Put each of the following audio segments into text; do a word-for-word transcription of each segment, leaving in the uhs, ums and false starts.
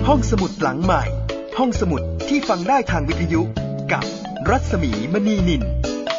ห้องสมุดหลังใหม่ห้องสมุดที่ฟังได้ทางวิทยุกับรัศมีมณีนิน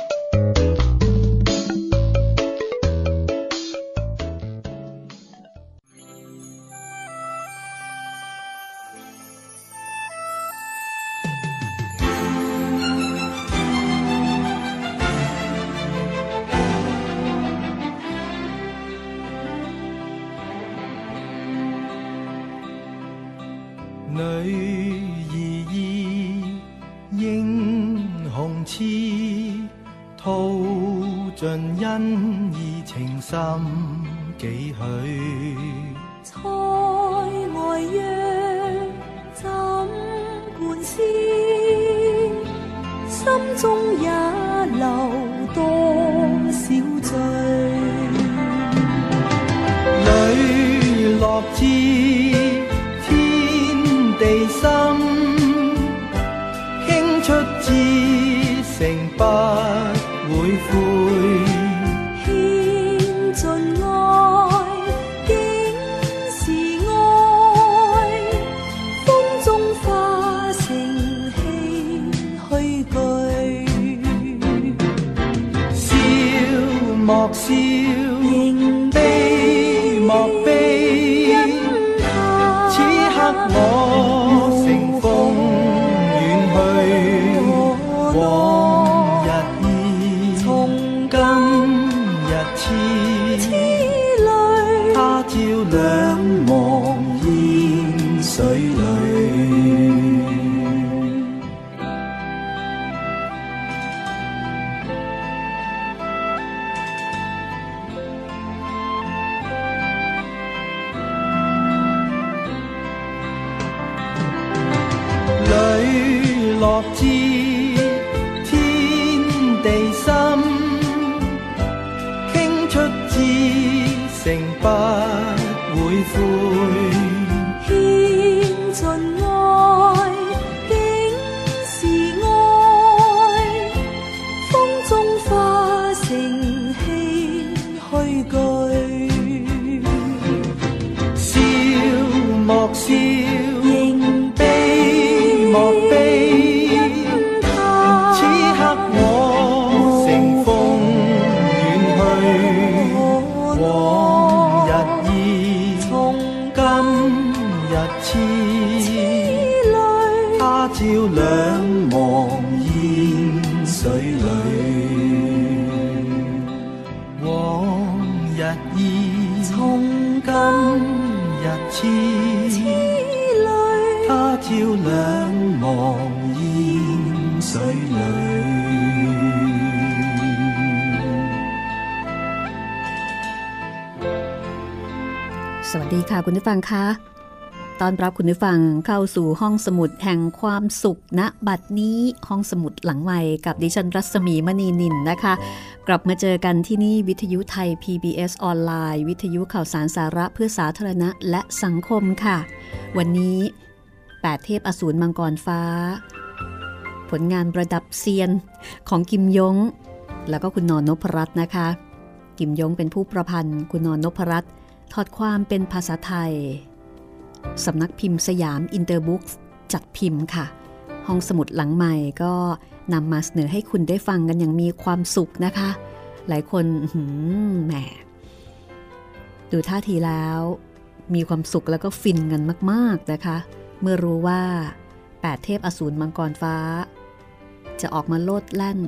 สวัสดีค่ะคุณผู้ฟังคะต้อนรับคุณผู้ฟังเข้าสู่ห้องสมุดแห่งความสุขณบัดนี้ห้องสมุดหลังใหม่กับดิฉันรัศมีมณีนินนะคะกลับมาเจอกันที่นี่วิทยุไทย พี บี เอส ออนไลน์วิทยุข่าวสารสาระเพื่อสาธารณะและสังคมค่ะวันนี้แปดเทพอสูรมังกรฟ้าผลงานประดับเซียนของกิมยงแล้วก็คุณนนพรัตน์นะคะกิมยงเป็นผู้ประพันธ์คุณนนพรัตน์ถอดความเป็นภาษาไทยสำนักพิมพ์สยามอินเตอร์บุ๊กส์จัดพิมพ์ค่ะห้องสมุดหลังใหม่ก็นำมาเสนอให้คุณได้ฟังกันอย่างมีความสุขนะคะหลายคนแหมดูท่าทีแล้วมีความสุขแล้วก็ฟินกันมากๆนะคะเมื่อรู้ว่าแปดเทพอสูรมังกรฟ้าจะออกมาโลดแล่น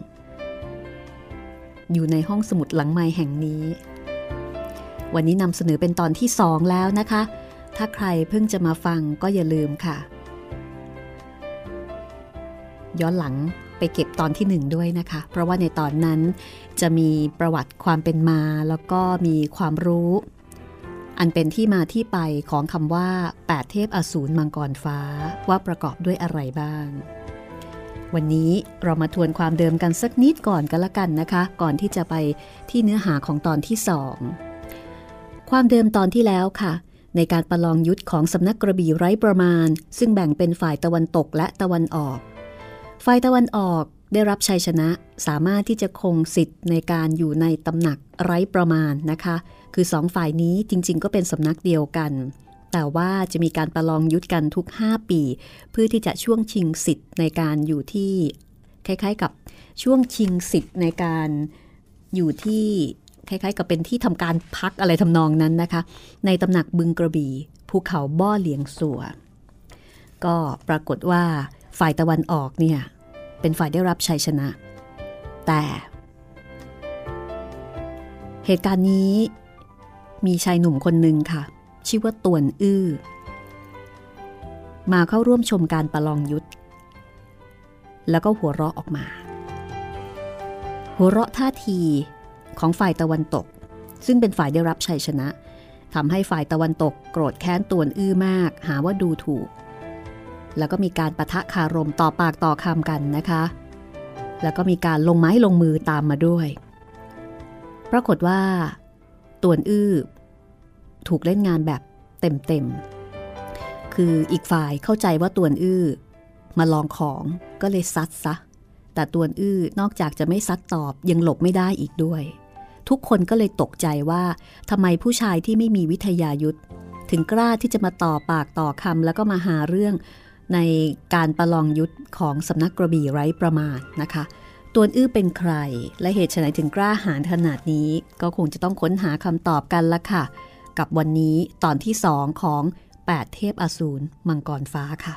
อยู่ในห้องสมุดหลังใหม่แห่งนี้วันนี้นำเสนอเป็นตอนที่สองแล้วนะคะถ้าใครเพิ่งจะมาฟังก็อย่าลืมค่ะย้อนหลังไปเก็บตอนที่หนึ่งด้วยนะคะเพราะว่าในตอนนั้นจะมีประวัติความเป็นมาแล้วก็มีความรู้อันเป็นที่มาที่ไปของคำว่าแปดเทพอสูรมังกรฟ้าว่าประกอบด้วยอะไรบ้างวันนี้เรามาทวนความเดิมกันสักนิดก่อนกันละกันนะคะก่อนที่จะไปที่เนื้อหาของตอนที่สองความเดิมตอนที่แล้วค่ะในการประลองยุทธของสำนักกระบี่ไร้ประมาณซึ่งแบ่งเป็นฝ่ายตะวันตกและตะวันออกฝ่ายตะวันออกได้รับชัยชนะสามารถที่จะคงสิทธิ์ในการอยู่ในตำหนักไร้ประมาณนะคะคือสองฝ่ายนี้จริงๆก็เป็นสำนักเดียวกันแต่ว่าจะมีการประลองยุทธกันทุกห้าปีเพื่อที่จะช่วงชิงสิทธิ์ในการอยู่ที่คล้ายๆกับช่วงชิงสิทธิ์ในการอยู่ที่คล้ายๆกับเป็นที่ทำการพักอะไรทำนองนั้นนะคะในตำหนักบึงกระบี่ภูเขาบ้อเหลียงสัวก็ปรากฏว่าฝ่ายตะวันออกเนี่ยเป็นฝ่ายได้รับชัยชนะแต่เหตุการณ์นี้มีชายหนุ่มคนหนึ่งค่ะชื่อว่าตวนอื้อมาเข้าร่วมชมการประลองยุทธแล้วก็หัวเราะออกมาหัวเราะท่าทีของฝ่ายตะวันตกซึ่งเป็นฝ่ายได้รับชัยชนะทำให้ฝ่ายตะวันตกโกรธแค้นตวนอื้อมากหาว่าดูถูกแล้วก็มีการปะทะคารมต่อปากต่อคำกันนะคะแล้วก็มีการลงไม้ลงมือตามมาด้วยปรากฏว่าตวนอื้อถูกเล่นงานแบบเต็มๆคืออีกฝ่ายเข้าใจว่าตวนอื้อมาลองของก็เลยซัดซะแต่ตวนอื้อนอกจากจะไม่ซัดตอบยังหลบไม่ได้อีกด้วยทุกคนก็เลยตกใจว่าทำไมผู้ชายที่ไม่มีวิทยายุทธถึงกล้าที่จะมาต่อปากต่อคำแล้วก็มาหาเรื่องในการประลองยุทธของสำนักกระบี่ไร้ประมาณนะคะตวนอื้อเป็นใครและเหตุไฉนถึงกล้าหาญขนาดนี้ก็คงจะต้องค้นหาคำตอบกันละค่ะกับวันนี้ตอนที่สองของแปดเทพอสูรมังกรฟ้าค่ะ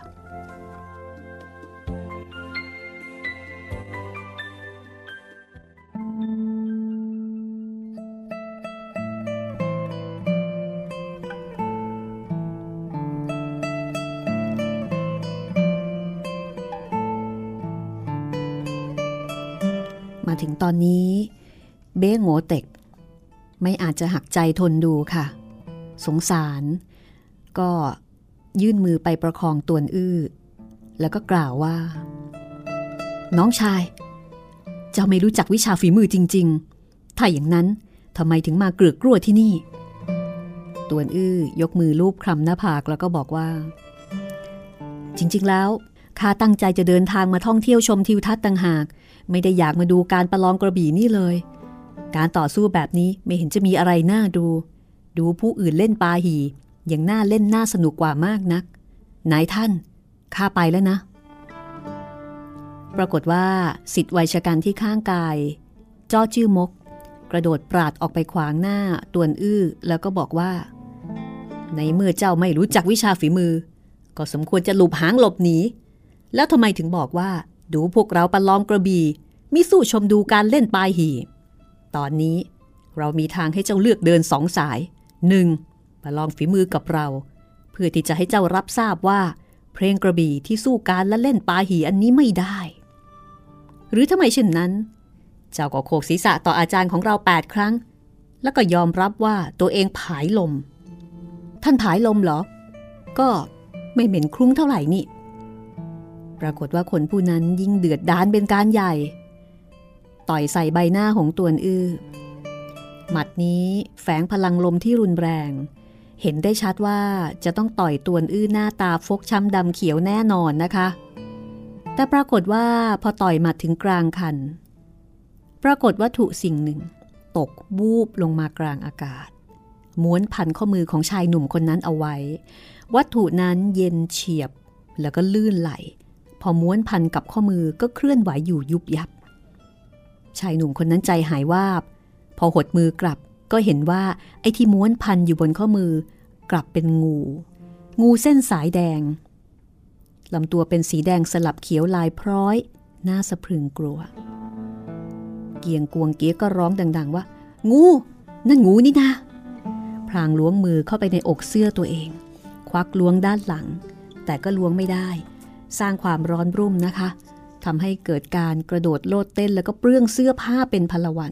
มาถึงตอนนี้เบ้โง่เต็กไม่อาจจะหักใจทนดูค่ะสงสารก็ยื่นมือไปประคองตวนอื้อแล้วก็กล่าวว่าน้องชายเจ้าไม่รู้จักวิชาฝีมือจริงๆถ้าอย่างนั้นทำไมถึงมาเกลือกกลัวที่นี่ตวนอื้อยกมือลูบคลำหน้าผากแล้วก็บอกว่าจริงๆแล้วข้าตั้งใจจะเดินทางมาท่องเที่ยวชมทิวทัศน์ต่างหากไม่ได้อยากมาดูการประลองกระบี่นี่เลยการต่อสู้แบบนี้ไม่เห็นจะมีอะไรน่าดูดูผู้อื่นเล่นปาหีอย่างน่าเล่นน่าสนุกกว่ามากนักนายท่านข้าไปแล้วนะปรากฏว่าศิษย์วัยชกันที่ข้างกายจ้อจื้อมกกระโดดปราดออกไปขวางหน้าตวนอื้อแล้วก็บอกว่าในเมื่อเจ้าไม่รู้จักวิชาฝีมือก็สมควรจะหลบหางหลบหนีแล้วทำไมถึงบอกว่าดูพวกเราประลองกระบี่มิสู้ชมดูการเล่นปาหีตอนนี้เรามีทางให้เจ้าเลือกเดินสองสายหนึ่งประลองฝีมือกับเราเพื่อที่จะให้เจ้ารับทราบว่าเพลงกระบี่ที่สู้การและเล่นปาหีอันนี้ไม่ได้หรือทำไมเช่นนั้นเจ้าก็โขกศีรษะต่ออาจารย์ของเราแปดครั้งแล้วก็ยอมรับว่าตัวเองผายลมท่านผายลมเหรอก็ไม่เหม็นคลุ้งเท่าไหร่นี่ปรากฏว่าคนผู้นั้นยิ่งเดือดดาลเป็นการใหญ่ต่อยใส่ใบหน้าของตวนอื้อหมัดนี้แฝงพลังลมที่รุนแรงเห็นได้ชัดว่าจะต้องต่อยตวนอื้อหน้าตาฟกช้ำดำเขียวแน่นอนนะคะแต่ปรากฏว่าพอต่อยหมัดถึงกลางคันปรากฏวัตถุสิ่งหนึ่งตกวูบลงมากลางอากาศม้วนพันข้อมือของชายหนุ่มคนนั้นเอาไว้วัตถุนั้นเย็นเฉียบแล้วก็ลื่นไหลพอม้วนพันกับข้อมือก็เคลื่อนไหวอยู่ยุบยับชายหนุ่มคนนั้นใจหายวาบพอหดมือกลับก็เห็นว่าไอ้ที่ม้วนพันอยู่บนข้อมือกลับเป็นงูงูเส้นสายแดงลำตัวเป็นสีแดงสลับเขียวลายพร้อยน่าสะพรึงกลัวเกียงกวงเกียก็ร้องดังๆว่างูนั่นงูนี่นะพลางล้วงมือเข้าไปในอกเสื้อตัวเองควักล้วงด้านหลังแต่ก็ล้วงไม่ได้สร้างความร้อนรุ่มนะคะทำให้เกิดการกระโดดโลดเต้นแล้วก็เปลื้องเสื้อผ้าเป็นพลวัน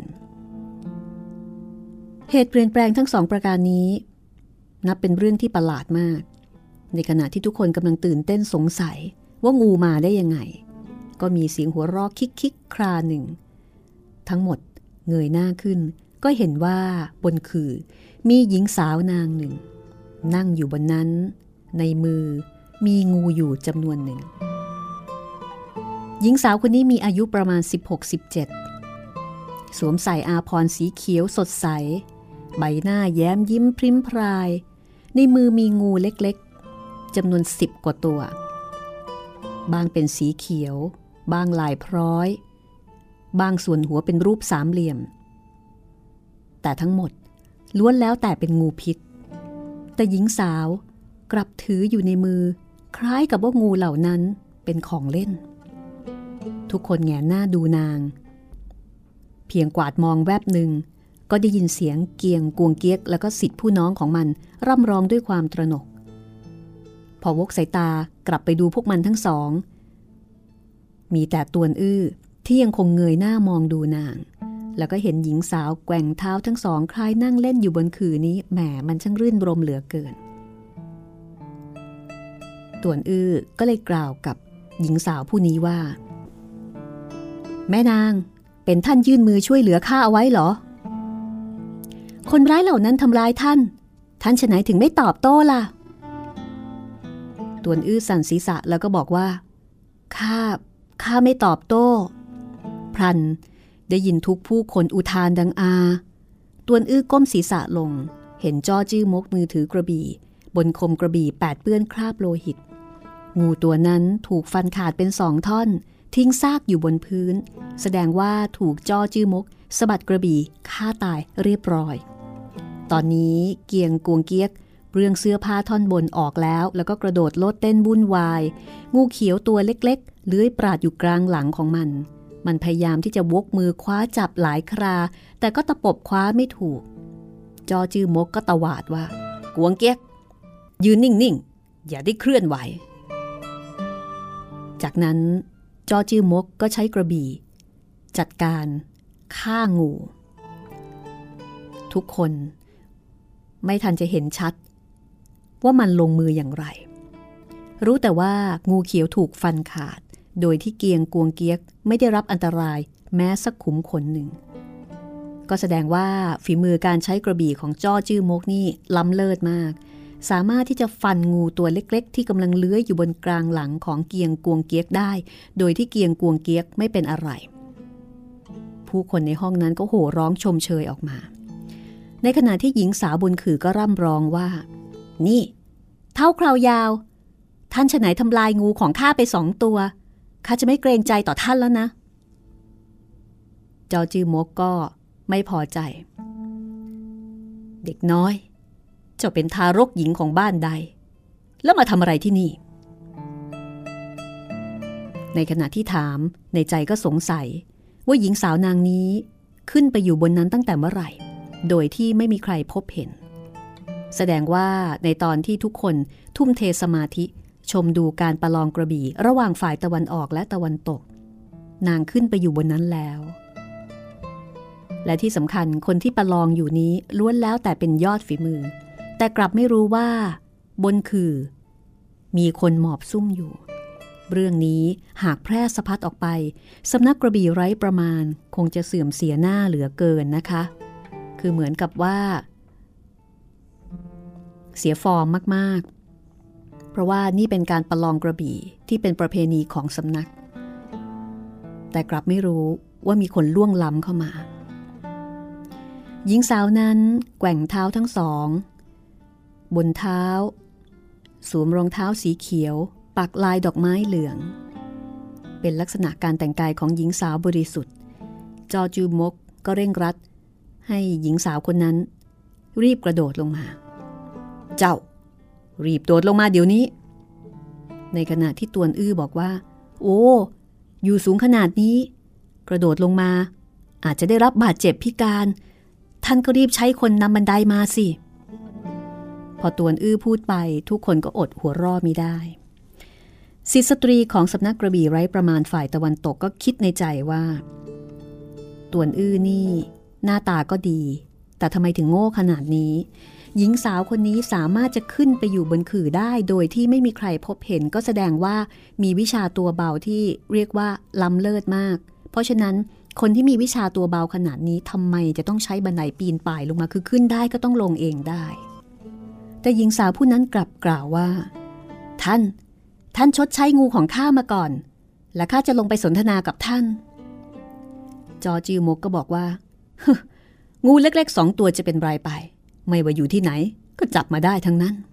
เหตุเปลี่ยนแปลงทั้งสองประการนี้นับเป็นเรื่องที่ประหลาดมากในขณะที่ทุกคนกำลังตื่นเต้นสงสัยว่างูมาได้ยังไงก็มีเสียงหัวเราะคิกๆคราหนึ่งทั้งหมดเงยหน้าขึ้นก็เห็นว่าบนขื่อมีหญิงสาวนางหนึ่งนั่งอยู่บนนั้นในมือมีงูอยู่จำนวนหนึ่งหญิงสาวคนนี้มีอายุประมาณ สิบหกสิบเจ็ด สวมใส่อาภรณ์สีเขียวสดใสใบหน้าแย้มยิ้มพริ้มพรายในมือมีงูเล็กๆจำนวนสิบกว่าตัวบางเป็นสีเขียวบางลายพร้อยบางส่วนหัวเป็นรูปสามเหลี่ยมแต่ทั้งหมดล้วนแล้วแต่เป็นงูพิษแต่หญิงสาวกลับถืออยู่ในมือคล้ายกับว่างูเหล่านั้นเป็นของเล่นทุกคนแงนหน้าดูนางเพียงกวาดมองแวบหนึ่งก็ได้ยินเสียงเกียงกวงเกียกแล้วก็ศิษย์ผู้น้องของมันร่ำร้องด้วยความตระหนกพอวกสายตากลับไปดูพวกมันทั้งสองมีแต่ตวนอื้อที่ยังคงเงยหน้ามองดูนางแล้วก็เห็นหญิงสาวแกว่งเท้าทั้งสองคล้ายนั่งเล่นอยู่บนขื่อนี้แหมมันช่างรื่นรมเหลือเกินตวนอื้อก็เลยกล่าวกับหญิงสาวผู้นี้ว่าแม่นางเป็นท่านยื่นมือช่วยเหลือข้าเอาไว้เหรอคนร้ายเหล่านั้นทำร้ายท่านท่านฉะไหนถึงไม่ตอบโต้ล่ะตวนอื้อสั่นศีรษะแล้วก็บอกว่าข้าข้าไม่ตอบโต้พลันได้ยินทุกผู้คนอุทานดังอาตวนอื้อก้มศีรษะลงเห็นจ้อจื้อมกมือถือกระบี่บนคมกระบี่แปดเปื้อนคราบโลหิตงูตัวนั้นถูกฟันขาดเป็นสองท่อนทิ้งซากอยู่บนพื้นแสดงว่าถูกจ้อจื้อมกสะบัดกระบี่ฆ่าตายเรียบร้อยตอนนี้เกียงกวงเกียกเรื่องเสื้อผ้าท่อนบนออกแล้วแล้วก็กระโดดโลดเต้นวุ่นวายงูเขียวตัวเล็กๆเลื้อยปราดอยู่กลางหลังของมันมันพยายามที่จะวกมือคว้าจับหลายคราแต่ก็ตะปบคว้าไม่ถูกจอจื้อมกก็ตวาดว่ากวงเกียกยืนนิ่งๆอย่าได้เคลื่อนไหวจากนั้นจอจื้อมกก็ใช้กระบี่จัดการฆ่างูทุกคนไม่ทันจะเห็นชัดว่ามันลงมืออย่างไรรู้แต่ว่างูเขียวถูกฟันขาดโดยที่เกียงกวงเกียกไม่ได้รับอันตรายแม้สักขุมขนหนึ่งก็แสดงว่าฝีมือการใช้กระบี่ของจ้อจื้อมกนี่ล้ำเลิศมากสามารถที่จะฟันงูตัวเล็กๆที่กำลังเลื้อยอยู่บนกลางหลังของเกียงกวงเกียกได้โดยที่เกียงกวงเกียกไม่เป็นอะไรผู้คนในห้องนั้นก็โห่ร้องชมเชยออกมาในขณะที่หญิงสาวบนขื่อก็ร่ำร้องว่านี่เท้าคราวยาวท่านฉะไหนทำลายงูของข้าไปสองตัวข้าจะไม่เกรงใจต่อท่านแล้วนะจอจื้อมกก็ไม่พอใจเด็กน้อยเจ้าเป็นทารกหญิงของบ้านใดแล้วมาทำอะไรที่นี่ในขณะที่ถามในใจก็สงสัยว่าหญิงสาวนางนี้ขึ้นไปอยู่บนนั้นตั้งแต่เมื่อไหร่โดยที่ไม่มีใครพบเห็นแสดงว่าในตอนที่ทุกคนทุ่มเทสมาธิชมดูการประลองกระบี่ระหว่างฝ่ายตะวันออกและตะวันตกนางขึ้นไปอยู่บนนั้นแล้วและที่สำคัญคนที่ประลองอยู่นี้ล้วนแล้วแต่เป็นยอดฝีมือแต่กลับไม่รู้ว่าบนขื่อมีคนหมอบซุ่มอยู่เรื่องนี้หากแพร่สะพัดออกไปสำนักกระบี่ไร้ประมาณคงจะเสื่อมเสียหน้าเหลือเกินนะคะคือเหมือนกับว่าเสียฟอร์มมากๆเพราะว่านี่เป็นการประลองกระบี่ที่เป็นประเพณีของสำนักแต่กลับไม่รู้ว่ามีคนล่วงล้ำเข้ามาหญิงสาวนั้นแกว่งเท้าทั้งสองบนเท้าสวมรองเท้าสีเขียวปักลายดอกไม้เหลืองเป็นลักษณะการแต่งกายของหญิงสาวบริสุทธิ์จอจื้อมกก็เร่งรัดให้หญิงสาวคนนั้นรีบกระโดดลงมาเจ้ารีบโดดลงมาเดี๋ยวนี้ในขณะที่ตวนอื้อบอกว่าโอ้อยู่สูงขนาดนี้กระโดดลงมาอาจจะได้รับบาดเจ็บพิการท่านก็รีบใช้คนนำบันไดมาสิพอตวนอื้อพูดไปทุกคนก็อดหัวเราะมิได้ศิษย์สตรีของสำนักกระบี่ไร้ประมาณฝ่ายตะวันตกก็คิดในใจว่าตวนอื้อนี่หน้าตาก็ดีแต่ทำไมถึงโง่ขนาดนี้หญิงสาวคนนี้สามารถจะขึ้นไปอยู่บนขื่อได้โดยที่ไม่มีใครพบเห็นก็แสดงว่ามีวิชาตัวเบาที่เรียกว่าล้ำเลิศมากเพราะฉะนั้นคนที่มีวิชาตัวเบาขนาดนี้ทำไมจะต้องใช้บันไดปีนป่ายลงมาคือขึ้นได้ก็ต้องลงเองได้แต่หญิงสาวผู้นั้นกลับกล่าวว่าท่านท่านชดใช้งูของข้ามาก่อนและข้าจะลงไปสนทนากับท่านจอจื้อมกก็บอกว่างูเล็กๆสองตัวจะเป็นไรไปไม่ว่าอยู่ที่ไหนก็จับมาได้ทั้งนั้น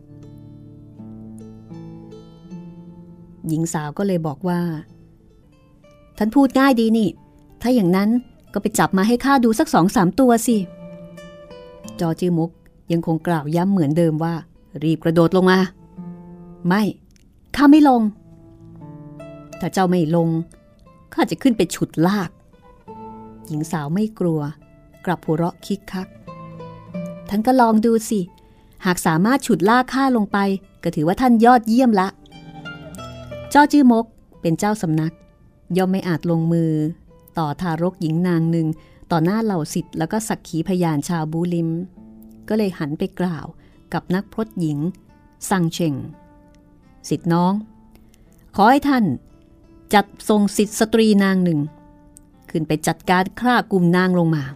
หญิงสาวก็เลยบอกว่าท่านพูดง่ายดีนี่ถ้าอย่างนั้นก็ไปจับมาให้ข้าดูสักสองสามตัวสิจอจือมกยังคงกล่าวย้ำเหมือนเดิมว่ารีบกระโดดลงมาไม่ข้าไม่ลงถ้าเจ้าไม่ลงข้าจะขึ้นไปฉุดลากหญิงสาวไม่กลัวกลับหัวเราะคิกคักท่านก็ลองดูสิหากสามารถฉุดลากข้าลงไปก็ถือว่าท่านยอดเยี่ยมละจ้อจื้อมกเป็นเจ้าสำนักย่อมไม่อาจลงมือต่อทารกหญิงนางหนึ่งต่อหน้าเหล่าศิษย์แล้วก็สักขีพยานชาวบูลิมก็เลยหันไปกล่าวกับนักพรตหญิงซังเชงศิษย์น้องขอให้ท่านจัดส่งศิษย์สตรีนางหนึ่งขึ้นไปจัดการฆ่ากลุ่มนางลงมา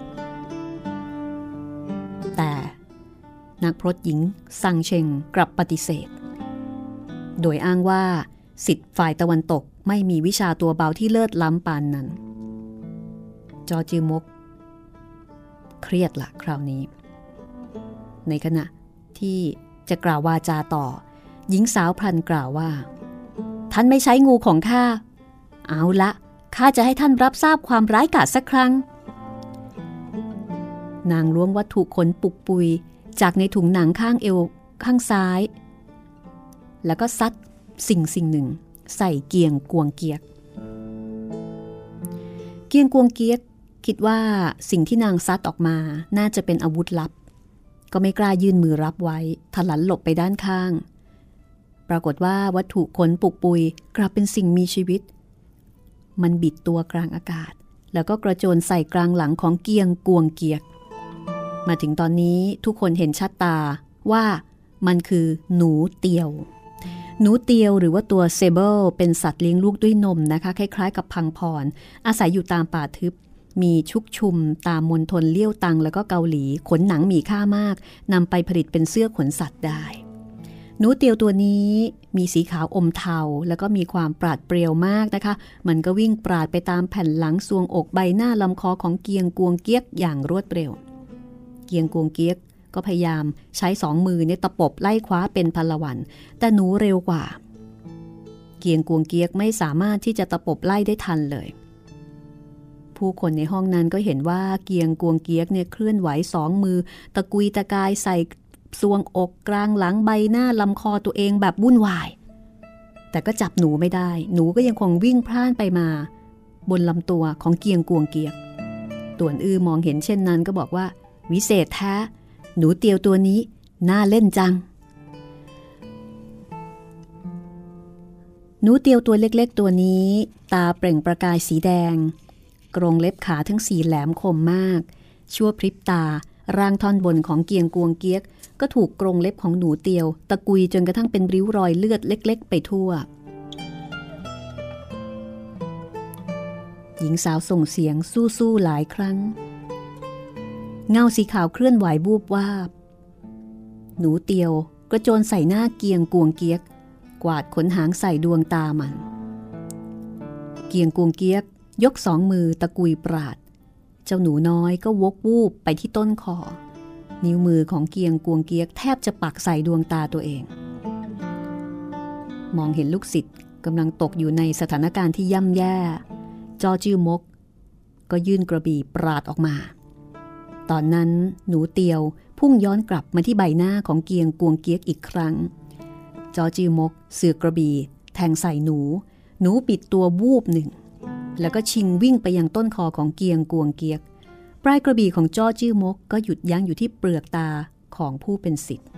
แต่นักพรตหญิงซังเชงกลับปฏิเสธโดยอ้างว่าศิษย์ฝ่ายตะวันตกไม่มีวิชาตัวเบาที่เลิศล้ำปานนั้นจอจือมกเครียดละคราวนี้ในขณะที่จะกล่าววาจาต่อหญิงสาวพลันกล่าวว่าท่านไม่ใช้งูของข้าเอาละข้าจะให้ท่านรับทราบความร้ายกาจสักครั้งนางล้วงวัตถุขนปุกปุยจากในถุงหนังข้างเอวข้างซ้ายแล้วก็ซัดสิ่งสิ่งหนึ่งใส่เกียงกวงเกียกเกียงกวงเกียกคิดว่าสิ่งที่นางซัดออกมาน่าจะเป็นอาวุธลับก็ไม่กล้ายื่นมือรับไว้ถลันหลบไปด้านข้างปรากฏว่าวัตถุขนปุกปุยกลับเป็นสิ่งมีชีวิตมันบิดตัวกลางอากาศแล้วก็กระโจนใส่กลางหลังของเกียงกวงเกียกมาถึงตอนนี้ทุกคนเห็นชัดตาว่ามันคือหนูเตียวหนูเตียวหรือว่าตัวเซเบิลเป็นสัตว์เลี้ยงลูกด้วยนมนะคะคล้ายๆกับพังพรอาศัยอยู่ตามป่าทึบมีชุกชุมตามมณฑลเลี้ยวตังแล้วก็เกาหลีขนหนังมีค่ามากนำไปผลิตเป็นเสื้อขนสัตว์ได้หนูเตียวตัวนี้มีสีขาวอมเทาแล้วก็มีความปราดเปรียวมากนะคะมันก็วิ่งปราดไปตามแผ่นหลังทรวงอกใบหน้าลำคอของเกียงกวงเกียกอย่างรวดเร็วเกียงกวงเกียกก็พยายามใช้สองมือเนี่ยตะปบไล่คว้าเป็นพลวันแต่หนูเร็วกว่าเกียงกวงเกียกไม่สามารถที่จะตะปบไล่ได้ทันเลยผู้คนในห้องนั้นก็เห็นว่าเกียงกวงเกียกเนี่ยเคลื่อนไหวสองมือตะกุยตะกายใส่ทรวงอกกลางหลังใบหน้าลำคอตัวเองแบบวุ่นวายแต่ก็จับหนูไม่ได้หนูก็ยังคงวิ่งพล่านไปมาบนลำตัวของเกียงกวงเกียกต่วนอื้อมองเห็นเช่นนั้นก็บอกว่าวิเศษแท้หนูเตียวตัวนี้น่าเล่นจังหนูเตียวตัวเล็กๆตัวนี้ตาเปล่งประกายสีแดงกรงเล็บขาทั้งสี่แหลมคมมากชั่วพริบตาร่างท่อนบนของเกียงกวงเกียกก็ถูกกรงเล็บของหนูเตียวตะกุยจนกระทั่งเป็นริ้วรอยเลือดเล็กๆไปทั่วหญิงสาวส่งเสียงสู้ๆหลายครั้งเงาสีขาวเคลื่อนไหวบูบวาบหนูเตียวกระโจนใส่หน้าเกียงกวงเกียกกวาดขนหางใส่ดวงตามันเกียงกวงเกียกยกสองมือตะกุยปราดเจ้าหนูน้อยก็วกวูบไปที่ต้นคอนิ้วมือของเกียงกวงเกียกแทบจะปักใส่ดวงตาตัวเองมองเห็นลูกศิษย์กำลังตกอยู่ในสถานการณ์ที่ย่ำแย่จอจื้อมกก็ยื่นกระบี่ปราดออกมาตอนนั้นหนูเตียวพุ่งย้อนกลับมาที่ใบหน้าของเกียงกวงเกียกอีกครั้งจอจื้อมกเสือกระบี่แทงใส่หนูหนูปิดตัววูบหนึ่งแล้วก็ชิงวิ่งไปยังต้นคอของเกียงกวงเกียกปลายกระบี่ของจ้อจื้อมกก็หยุดยั้งอยู่ที่เปลือกตาของผู้เป็นศิษย์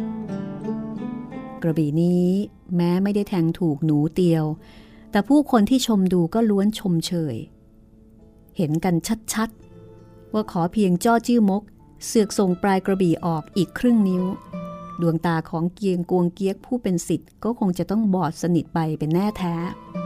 กระบี่นี้แม้ไม่ได้แทงถูกหนูเตียวแต่ผู้คนที่ชมดูก็ล้วนชมเชยเห็นกันชัดๆว่าขอเพียงจ้อจื้อมกเสือกส่งปลายกระบี่ออกอีกครึ่งนิ้วดวงตาของเกียงกวงเกียกผู้เป็นศิษย์ก็คงจะต้องบอดสนิทไปเป็นแน่แท้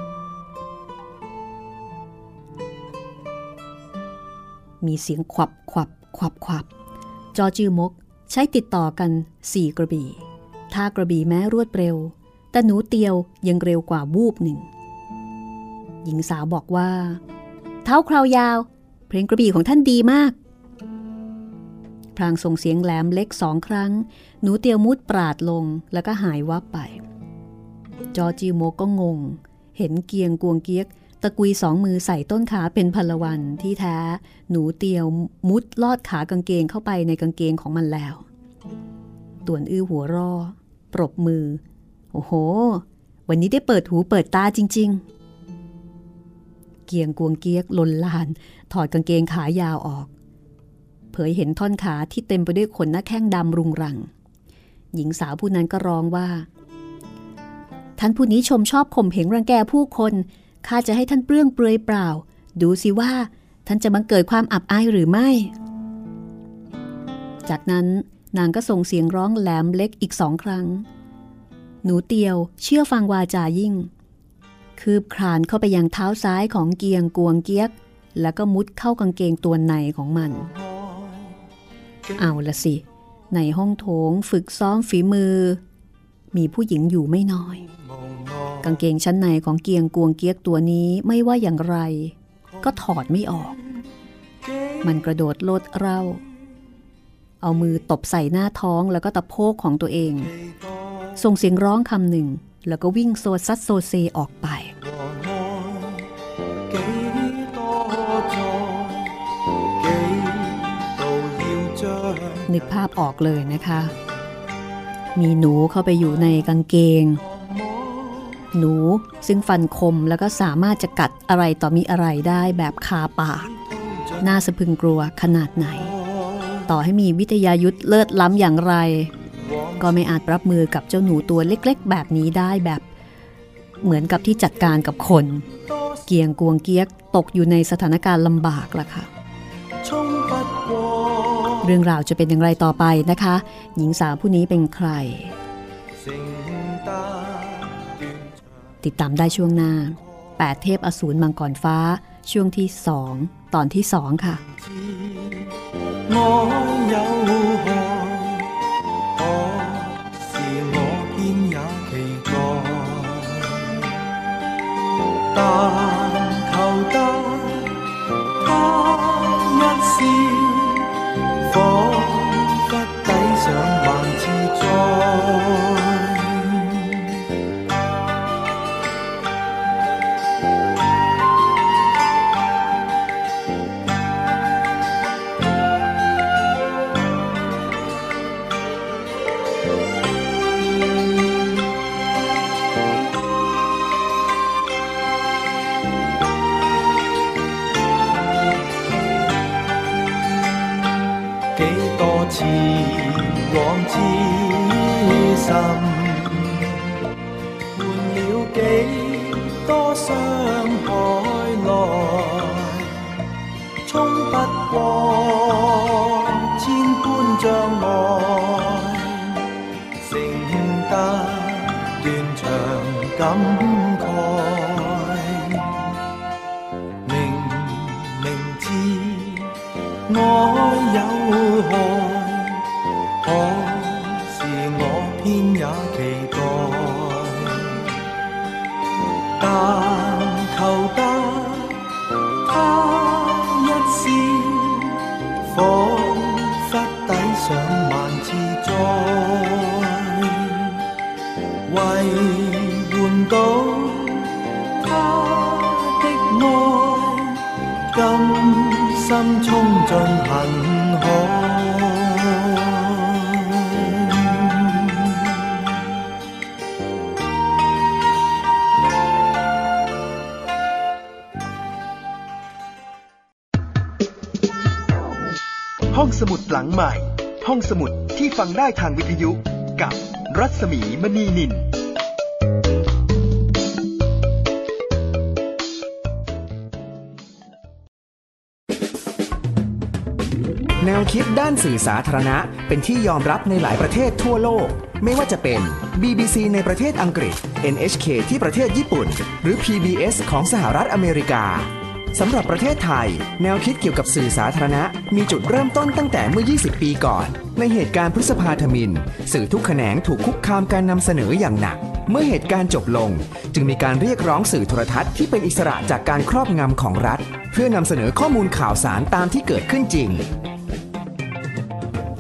มีเสียงขวับขวับขวับขวับจอจื้อมกใช้ติดต่อกันสี่กระบี่ท่ากระบี่แม้รวดเร็วแต่หนูเตียวยังเร็วกว่าวูบหนึ่งหญิงสาวบอกว่าเท้าคราวยาวเพลงกระบี่ของท่านดีมากพลางส่งเสียงแหลมเล็กสองครั้งหนูเตียวมุดปราดลงแล้วก็หายวับไปจอจิวโมก็งงเห็นเกียงกวงเกียกตะกุยสองมือใส่ต้นขาเป็นพลวันที่แท้หนูเตียวมุดลอดขากางเกงเข้าไปในกางเกงของมันแล้วต่วนอื้อหัวร่อปรบมือโอ้โหวันนี้ได้เปิดหูเปิดตาจริงๆเกียงกวงเกียกลนลานถอดกางเกงขายาวออกเผยเห็นท่อนขาที่เต็มไปด้วยขนหน้าแข้งดำรุงรังหญิงสาวผู้นั้นก็ร้องว่าท่านผู้นี้ชมชอบข่มเหงรังแกผู้คนข้าจะให้ท่านเปลื้องเปลือยเปล่าดูสิว่าท่านจะบังเกิดความอับอายหรือไม่จากนั้นนางก็ส่งเสียงร้องแหลมเล็กอีกสองครั้งหนูเตียวเชื่อฟังวาจายิ่งคืบคลานเข้าไปยังเท้าซ้ายของเกียงกวงเกียกแล้วก็มุดเข้ากางเกงตัวในของมันเอาละสิในห้องโถงฝึกซ้อมฝีมือมีผู้หญิงอยู่ไม่น้อยกางเกงชั้นในของเกียงกวงเกียกตัวนี้ไม่ว่าอย่างไรก็ถอดไม่ออกมันกระโดดโลดเร่าเอามือตบใส่หน้าท้องแล้วก็ตะโพกของตัวเองส่งเสียงร้องคำหนึ่งแล้วก็วิ่งโซซัดโซเซออกไปนึกภาพออกเลยนะคะมีหนูเข้าไปอยู่ในกางเกงหนูซึ่งฟันคมแล้วก็สามารถจะกัดอะไรต่อมีอะไรได้แบบคาปากน่าสะพรึงกลัวขนาดไหนต่อให้มีวิทยายุทธเลิศล้ำอย่างไรก็ไม่อาจรับมือกับเจ้าหนูตัวเล็กๆแบบนี้ได้แบบเหมือนกับที่จัดการกับคนเกียงกวงเกียกตกอยู่ในสถานการณ์ลำบากล่ะค่ะเรื่องราวจะเป็นอย่างไรต่อไปนะคะหญิงสาวผู้นี้เป็นใครติดตามได้ช่วงหน้าแปดเทพอสูรมังกรฟ้าช่วงที่สองตอนที่สองค่ะ但求得他一笑，彷彿抵上萬次災。似往之深，換了幾多傷害來，衝不過千般障礙，剩得斷腸感慨，明明知愛有害。可是我偏也期待，但求得他一笑，彷彿抵上萬次災，為換到他的愛，甘心衝進恨海。 ห้องสมุดหลังใหม่ห้องสมุดที่ฟังได้ทางวิทยุกับรัศมีมณีนินแนวคิดด้านสื่อสาธารณะเป็นที่ยอมรับในหลายประเทศทั่วโลกไม่ว่าจะเป็น บี บี ซี ในประเทศอังกฤษ เอ็น เอช เค ที่ประเทศญี่ปุ่นหรือ พี บี เอส ของสหรัฐอเมริกาสำหรับประเทศไทยแนวคิดเกี่ยวกับสื่อสาธารณะมีจุดเริ่มต้นตั้งแต่เมื่อยี่สิบปีก่อนในเหตุการณ์พฤษภาธมิฬสื่อทุกแขนงถูกคุกคามการนำเสนออย่างหนักเมื่อเหตุการณ์จบลงจึงมีการเรียกร้องสื่อโทรทัศน์ที่เป็นอิสระจากการครอบงำของรัฐเพื่อนำเสนอข้อมูลข่าวสารตามที่เกิดขึ้นจริง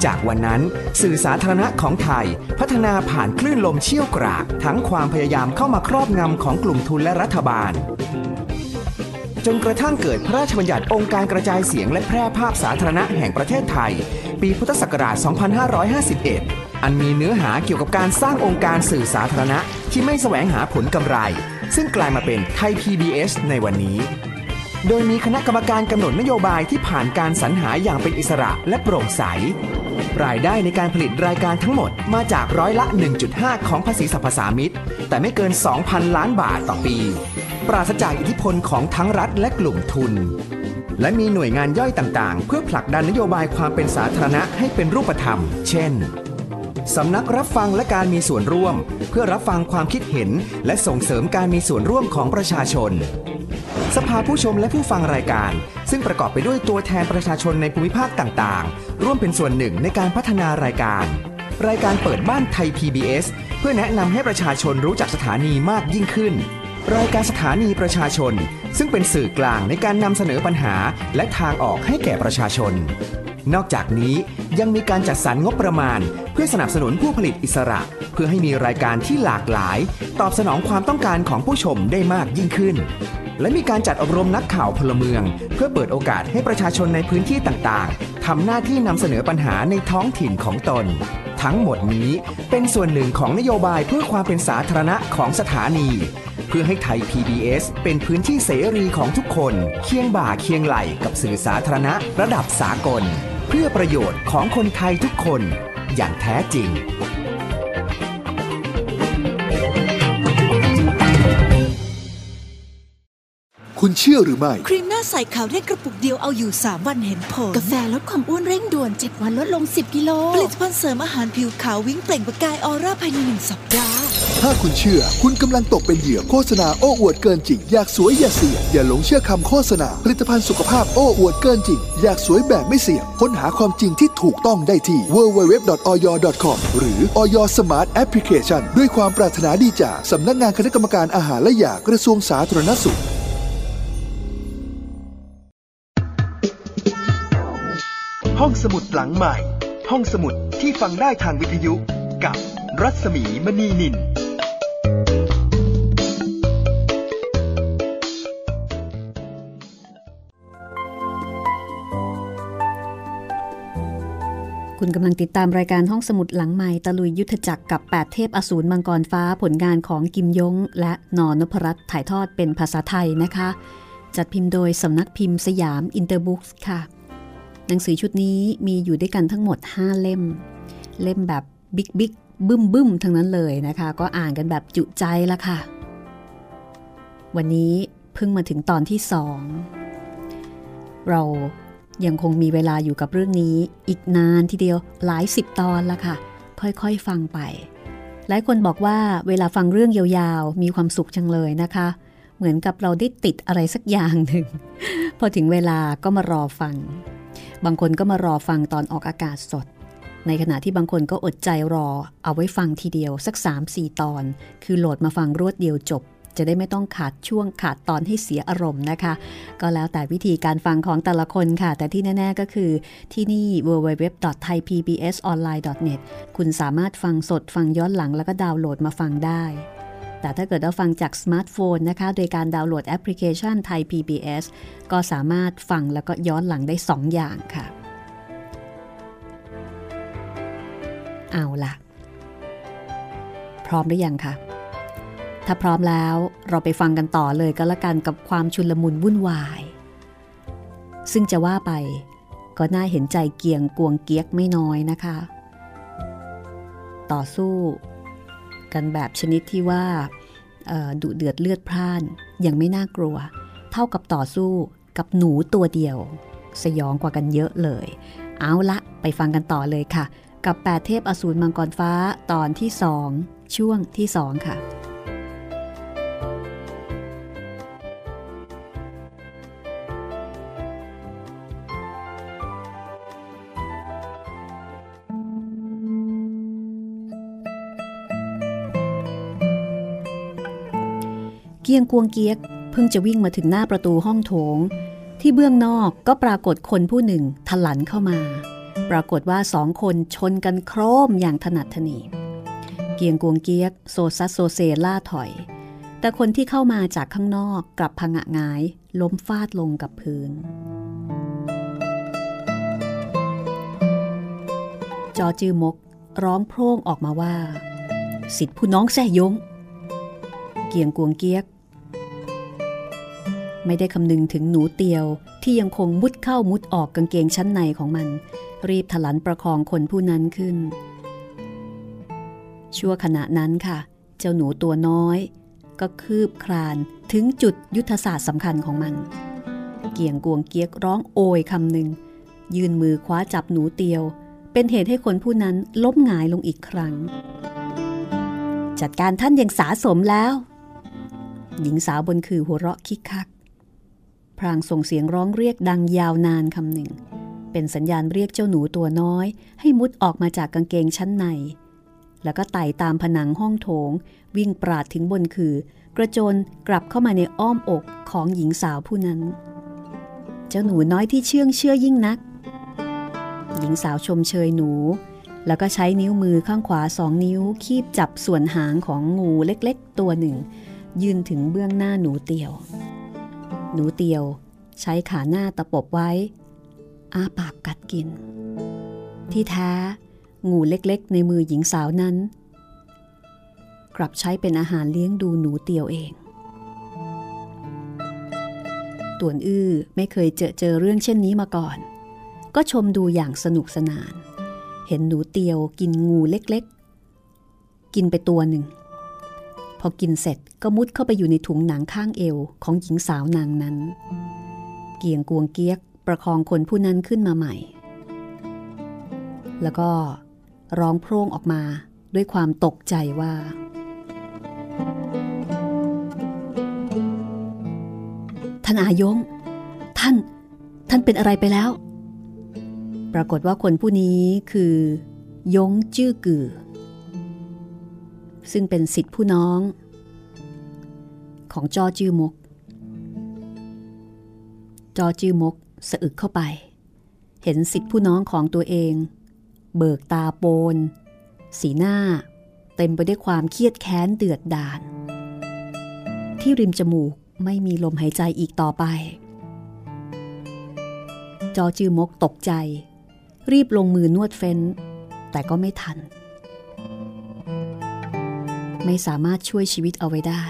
จากวันนั้นสื่อสาธารณะของไทยพัฒนาผ่านคลื่นลมเชี่ยวกรากทั้งความพยายามเข้ามาครอบงำของกลุ่มทุนและรัฐบาลจนกระทั่งเกิดพระราชบัญญัติองค์การกระจายเสียงและแพร่ภาพสาธารณะแห่งประเทศไทยปีพุทธศักราช สองพันห้าร้อยห้าสิบเอ็ด อันมีเนื้อหาเกี่ยวกับการสร้างองค์การสื่อสาธารณะที่ไม่แสวงหาผลกำไรซึ่งกลายมาเป็นไทย พี บี เอส ในวันนี้โดยมีคณะกรรมการกำหนดนโยบายที่ผ่านการสรรหาอย่างเป็นอิสระและโปร่งใสรายได้ในการผลิตรายการทั้งหมดมาจากร้อยละ หนึ่งจุดห้า ของภาษีสรรพสามิตแต่ไม่เกิน สองพัน ล้านบาทต่อปีปราศจากอิทธิพลของทั้งรัฐและกลุ่มทุนและมีหน่วยงานย่อยต่างๆเพื่อผลักดันนโยบายความเป็นสาธารณะให้เป็นรูปธรรมเช่นสำนักรับฟังและการมีส่วนร่วมเพื่อรับฟังความคิดเห็นและส่งเสริมการมีส่วนร่วมของประชาชนสภาผู้ชมและผู้ฟังรายการซึ่งประกอบไปด้วยตัวแทนประชาชนในภูมิภาคต่างๆร่วมเป็นส่วนหนึ่งในการพัฒนารายการรายการเปิดบ้านไทย พี บี เอส เพื่อแนะนำให้ประชาชนรู้จักสถานีมากยิ่งขึ้นรายการสถานีประชาชนซึ่งเป็นสื่อกลางในการนำเสนอปัญหาและทางออกให้แก่ประชาชนนอกจากนี้ยังมีการจัดสรรงบประมาณเพื่อสนับสนุนผู้ผลิตอิสระเพื่อให้มีรายการที่หลากหลายตอบสนองความต้องการของผู้ชมได้มากยิ่งขึ้นและมีการจัดอบรมนักข่าวพลเมืองเพื่อเปิดโอกาสให้ประชาชนในพื้นที่ต่างๆทำหน้าที่นำเสนอปัญหาในท้องถิ่นของตนทั้งหมดนี้เป็นส่วนหนึ่งของนโยบายเพื่อความเป็นสาธารณะของสถานีเพื่อให้ไทย พี บี เอส เป็นพื้นที่เสรีของทุกคนเคียงบ่าเคียงไหล่กับสื่อสาธารณะระดับสากลเพื่อประโยชน์ของคนไทยทุกคนอย่างแท้จริงคุณเชื่อหรือไม่ครีมหน้าใสขาวได้กระปุกเดียวเอาอยู่สามวันเห็นผลกาแฟลดความอ้วนเร่งด่วนเจ็ดวันลดลงสิบกิโลผลิตภัณฑ์เสริมอาหารผิวขาววิ่งเปล่งประกายออร่าภายในหนึ่งสัปดาห์ถ้าคุณเชื่อคุณกำลังตกเป็นเหยื่อโฆษณาโอ้อวดเกินจริงอยากสวยอย่าเสี่ยงอย่าหลงเชื่อคำโฆษณาผลิตภัณฑ์สุขภาพโอ้อวดเกินจริงอยากสวยแบบไม่เสี่ยงค้นหาความจริงที่ถูกต้องได้ที่ ดับเบิลยู ดับเบิลยู ดับเบิลยู ดอท ออย ดอท คอม หรือ อย Smart Application ด้วยความปรารถนาดีจากสำนักงานคณะกรรมการอาหารและยากระทรวงสาธารณสุขห้องสมุดหลังใหม่ห้องสมุดที่ฟังได้ทางวิทยุกับรัศมีมณีนินคุณกำลังติดตามรายการห้องสมุดหลังใหม่ตะลุยยุทธจักรกับแปดเทพอสูรมังกรฟ้าผลงานของกิมยงและนนพรัตน์ถ่ายทอดเป็นภาษาไทยนะคะจัดพิมพ์โดยสำนักพิมพ์สยามอินเตอร์บุ๊กส์ค่ะหนังสือชุดนี้มีอยู่ด้วยกันทั้งหมดห้าเล่มเล่มแบบบิ๊กบิ๊กบึ้มบึ้มทั้งนั้นเลยนะคะก็อ่านกันแบบจุใจละค่ะวันนี้เพิ่งมาถึงตอนที่สองเรายังคงมีเวลาอยู่กับเรื่องนี้อีกนานทีเดียวหลายสิบตอนละค่ะค่อยๆฟังไปหลายคนบอกว่าเวลาฟังเรื่องยาวๆมีความสุขจังเลยนะคะเหมือนกับเราได้ติดอะไรสักอย่างหนึ่ง พอถึงเวลาก็มารอฟังบางคนก็มารอฟังตอนออกอากาศสดในขณะที่บางคนก็อดใจรอเอาไว้ฟังทีเดียวสัก สามสี่ ตอนคือโหลดมาฟังรวดเดียวจบจะได้ไม่ต้องขาดช่วงขาดตอนให้เสียอารมณ์นะคะก็แล้วแต่วิธีการฟังของแต่ละคนค่ะแต่ที่แน่ๆก็คือที่นี่ ดับเบิลยู ดับเบิลยู ดับเบิลยู ดอท ไทย พี บี เอส ออนไลน์ ดอท เน็ต คุณสามารถฟังสดฟังย้อนหลังแล้วก็ดาวน์โหลดมาฟังได้แต่ถ้าเกิดเราฟังจากสมาร์ทโฟนนะคะโดยการดาวน์โหลดแอปพลิเคชันไทย พี บี เอส ก็สามารถฟังแล้วก็ย้อนหลังได้สองอย่างค่ะเอาล่ะพร้อมหรือยังคะถ้าพร้อมแล้วเราไปฟังกันต่อเลยก็แล้วกันกับความชุลมุนวุ่นวายซึ่งจะว่าไปก็น่าเห็นใจเกียงกวงเกียกไม่น้อยนะคะต่อสู้กันแบบชนิดที่ว่าดุเดือดเลือดพล่านยังไม่น่ากลัวเท่ากับต่อสู้กับหนูตัวเดียวสยองกว่ากันเยอะเลยเอาละไปฟังกันต่อเลยค่ะกับแปดเทพอสูรมังกรฟ้าตอนที่สองช่วงที่สองค่ะเกียงกวงเกียกเพิ่งจะวิ่งมาถึงหน้าประตูห้องโถงที่เบื้องนอกก็ปรากฏคนผู้หนึ่งทะลันเข้ามาปรากฏว่าสองคนชนกันโครมอย่างถนัดถนีเกียงกวงเกียกโซซัสโซเซล่าถอยแต่คนที่เข้ามาจากข้างนอกกลับผงะหงายล้มฟาดลงกับพื้นจอจือมกร้องโพร่งออกมาว่าสิทธิผู้น้องแซ่ยงเกียงกวงเกียกไม่ได้คำนึงถึงหนูเตียวที่ยังคงมุดเข้ามุดออกกางเกงชั้นในของมันรีบถลันประคองคนผู้นั้นขึ้นชั่วขณะนั้นค่ะเจ้าหนูตัวน้อยก็คืบคลานถึงจุดยุทธศาสตร์สำคัญของมันเกียงกวงเกียกร้องโอยคำหนึ่งยื่นมือคว้าจับหนูเตียวเป็นเหตุให้คนผู้นั้นล้มหงายลงอีกครั้งจัดการท่านอย่างสาสมแล้วหญิงสาวบนคือหัวเราะคิกคักพรางส่งเสียงร้องเรียกดังยาวนานคำหนึ่งเป็นสัญญาณเรียกเจ้าหนูตัวน้อยให้มุดออกมาจากกางเกงชั้นในแล้วก็ไต่ตามผนังห้องโถงวิ่งปราดถึงบนคือกระโจนกลับเข้ามาในอ้อมอกของหญิงสาวผู้นั้นเจ้าหนูน้อยที่เชื่องเชื่อยิ่งนักหญิงสาวชมเชยหนูแล้วก็ใช้นิ้วมือข้างขวาสองนิ้วคีบจับส่วนหางของงูเล็กๆตัวหนึ่งยืนถึงเบื้องหน้าหนูเตียวหนูเตียวใช้ขาหน้าตะปบไว้อ้าปากกัดกินที่แท้งูเล็กๆในมือหญิงสาวนั้นกลับใช้เป็นอาหารเลี้ยงดูหนูเตียวเองต่วนอื้อไม่เคยเจอเจอเรื่องเช่นนี้มาก่อนก็ชมดูอย่างสนุกสนานเห็นหนูเตียวกินงูเล็กๆกินไปตัวหนึ่งพอกินเสร็จก็มุดเข้าไปอยู่ในถุงหนังข้างเอวของหญิงสาวนางนั้นเกียงกวงเกียกประคองคนผู้นั้นขึ้นมาใหม่แล้วก็ร้องโพร่งออกมาด้วยความตกใจว่าท่านอายงท่านท่านเป็นอะไรไปแล้วปรากฏว่าคนผู้นี้คือยงจื้อกือซึ่งเป็นศิษย์ผู้น้องของจอจื้อมกจอจื้อมกสะอึกเข้าไปเห็นศิษย์ผู้น้องของตัวเองเบิกตาโปนสีหน้าเต็มไปด้วยความเครียดแค้นเดือดดาลที่ริมจมูกไม่มีลมหายใจอีกต่อไปจอจื้อมกตกใจรีบลงมือนวดเฟ้นแต่ก็ไม่ทันไม่สามารถช่วยชีวิตเอาไว้ได้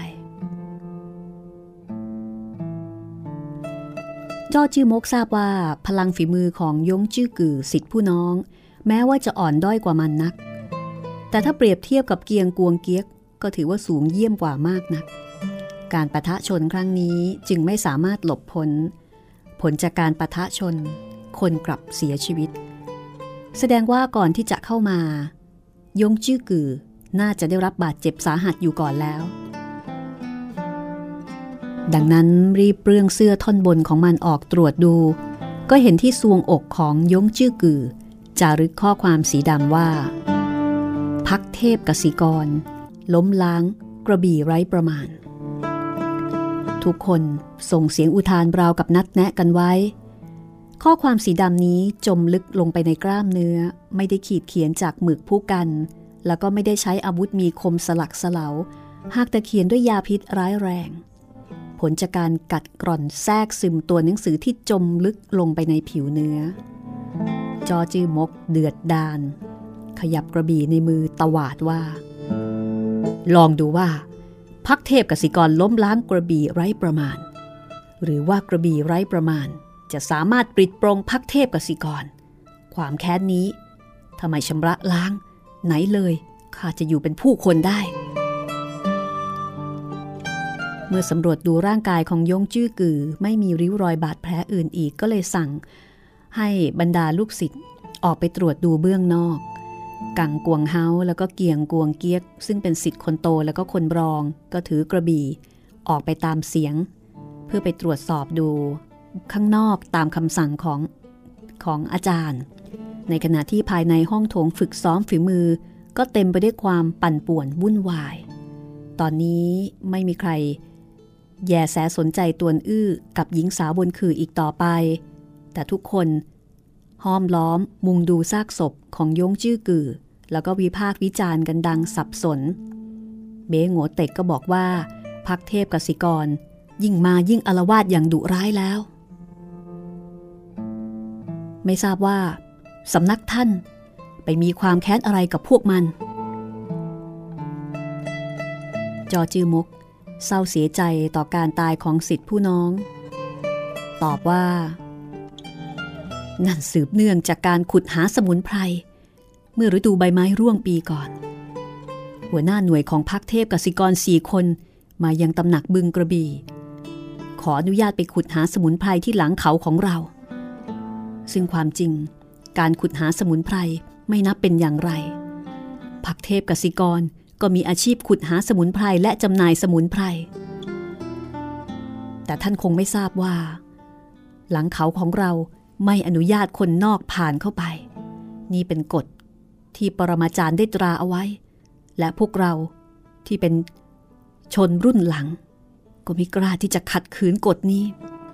จอจื้อมกทราบว่าพลังฝีมือของยงจื้อกือศิษย์ผู้น้องแม้ว่าจะอ่อนด้อยกว่ามันนักแต่ถ้าเปรียบเทียบกับเกียงกวงเกียกก็ถือว่าสูงเยี่ยมกว่ามากนักการปะทะชนครั้งนี้จึงไม่สามารถหลบพ้นผลจากการปะทะชนคนกลับเสียชีวิตแสดงว่าก่อนที่จะเข้ามายงจื้อกือน่าจะได้รับบาดเจ็บสาหัสอยู่ก่อนแล้วดังนั้นรีบเปลื้องเสื้อท่อนบนของมันออกตรวจดูก็เห็นที่ซวงอกของยงจื้อกือจารึกข้อความสีดำว่าพักเทพกสิกรล้มล้างกระบี่ไร้ประมาณทุกคนส่งเสียงอุทานราวกับนัดแนะกันไว้ข้อความสีดำนี้จมลึกลงไปในกล้ามเนื้อไม่ได้ขีดเขียนจากหมึกผู้กันแล้วก็ไม่ได้ใช้อาวุธมีคมสลักสลาวหากแต่เขียนด้วยยาพิษร้ายแรงผลจากการกัดกร่อนแทรกซึมตัวหนังสือที่จมลึกลงไปในผิวเนื้อจอจื้อมกเดือดดาลขยับกระบี่ในมือตวาดว่าลองดูว่าพรรคเทพกสิกรล้มล้างกระบี่ไร้ประมาณหรือว่ากระบี่ไร้ประมาณจะสามารถปลิดโปร่งพรรคเทพกสิกรความแค้นนี้ทำไมชำระล้างไหนเลยข้าจะอยู่เป็นผู้คนได้เมื่อสำรวจดูร่างกายของยงจื้อกือไม่มีริ้วรอยบาดแผลอื่นอีกก็เลยสั่งให้บรรดาลูกศิษย์ออกไปตรวจดูเบื้องนอกกังกวงเฮาแล้วก็เกียงกวงเกียกซึ่งเป็นศิษย์คนโตแล้วก็คนรองก็ถือกระบี่ออกไปตามเสียงเพื่อไปตรวจสอบดูข้างนอกตามคำสั่งของของอาจารย์ในขณะที่ภายในห้องโถงฝึกซ้อมฝีมือก็เต็มไปด้วยความปั่นป่วนวุ่นวายตอนนี้ไม่มีใครแย่แสสนใจตวนอื้อกับหญิงสาวบนคืออีกต่อไปแต่ทุกคนห้อมล้อมมุงดูซากศพของยงจื้อกือแล้วก็วิพากษ์วิจารณ์กันดังสับสนเบ้โง่เต็กก็บอกว่าพรรคเทพกสิกรยิ่งมายิ่งอาละวาดอย่างดุร้ายแล้วไม่ทราบว่าสำนักท่านไปมีความแค้นอะไรกับพวกมันจอจือมกเศร้าเสียใจต่อการตายของศิษย์ผู้น้องตอบว่านั่นสืบเนื่องจากการขุดหาสมุนไพรเมื่อฤดูใบไม้ร่วงปีก่อนหัวหน้าหน่วยของพรรคเทพกสิกรสี่คนมายังตำหนักบึงกระบี่ขออนุญาตไปขุดหาสมุนไพรที่หลังเขาของเราซึ่งความจริงการขุดหาสมุนไพรไม่นับเป็นอย่างไรพรรคเทพกสิกรก็มีอาชีพขุดหาสมุนไพรและจำหน่ายสมุนไพรแต่ท่านคงไม่ทราบว่าหลังเขาของเราไม่อนุญาตคนนอกผ่านเข้าไปนี่เป็นกฎที่ปรมาจารย์ได้ตราเอาไว้และพวกเราที่เป็นชนรุ่นหลังก็ไม่กล้าที่จะขัดขืนกฎนี้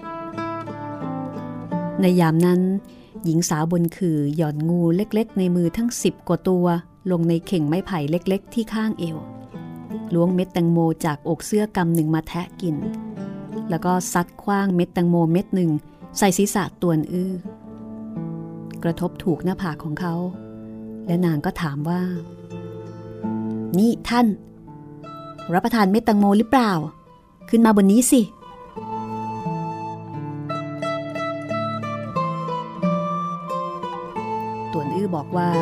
ในยามนั้นหญิงสาวบนขื่อหย่อนงูเล็กๆในมือทั้งสิบกว่าตัวลงในเข่งไม้ไผ่เล็กๆที่ข้างเอวล้วงเม็ดแตงโมจากอกเสื้อกำหนึ่งมาแทะกินแล้วก็ซัดคว้างเม็ดแตงโมเม็ดหนึ่งใส่ศีรษะตวนอื้อกระทบถูกหน้าผากของเขาและนางก็ถามว่านี่ท่านรับประทานเม็ดแตงโมหรือเปล่าขึ้นมาบนนี้สิตวนอื้อบอกว่า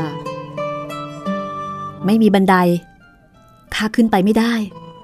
ไม่มีบันไดข้าขึ้นไปไม่ได้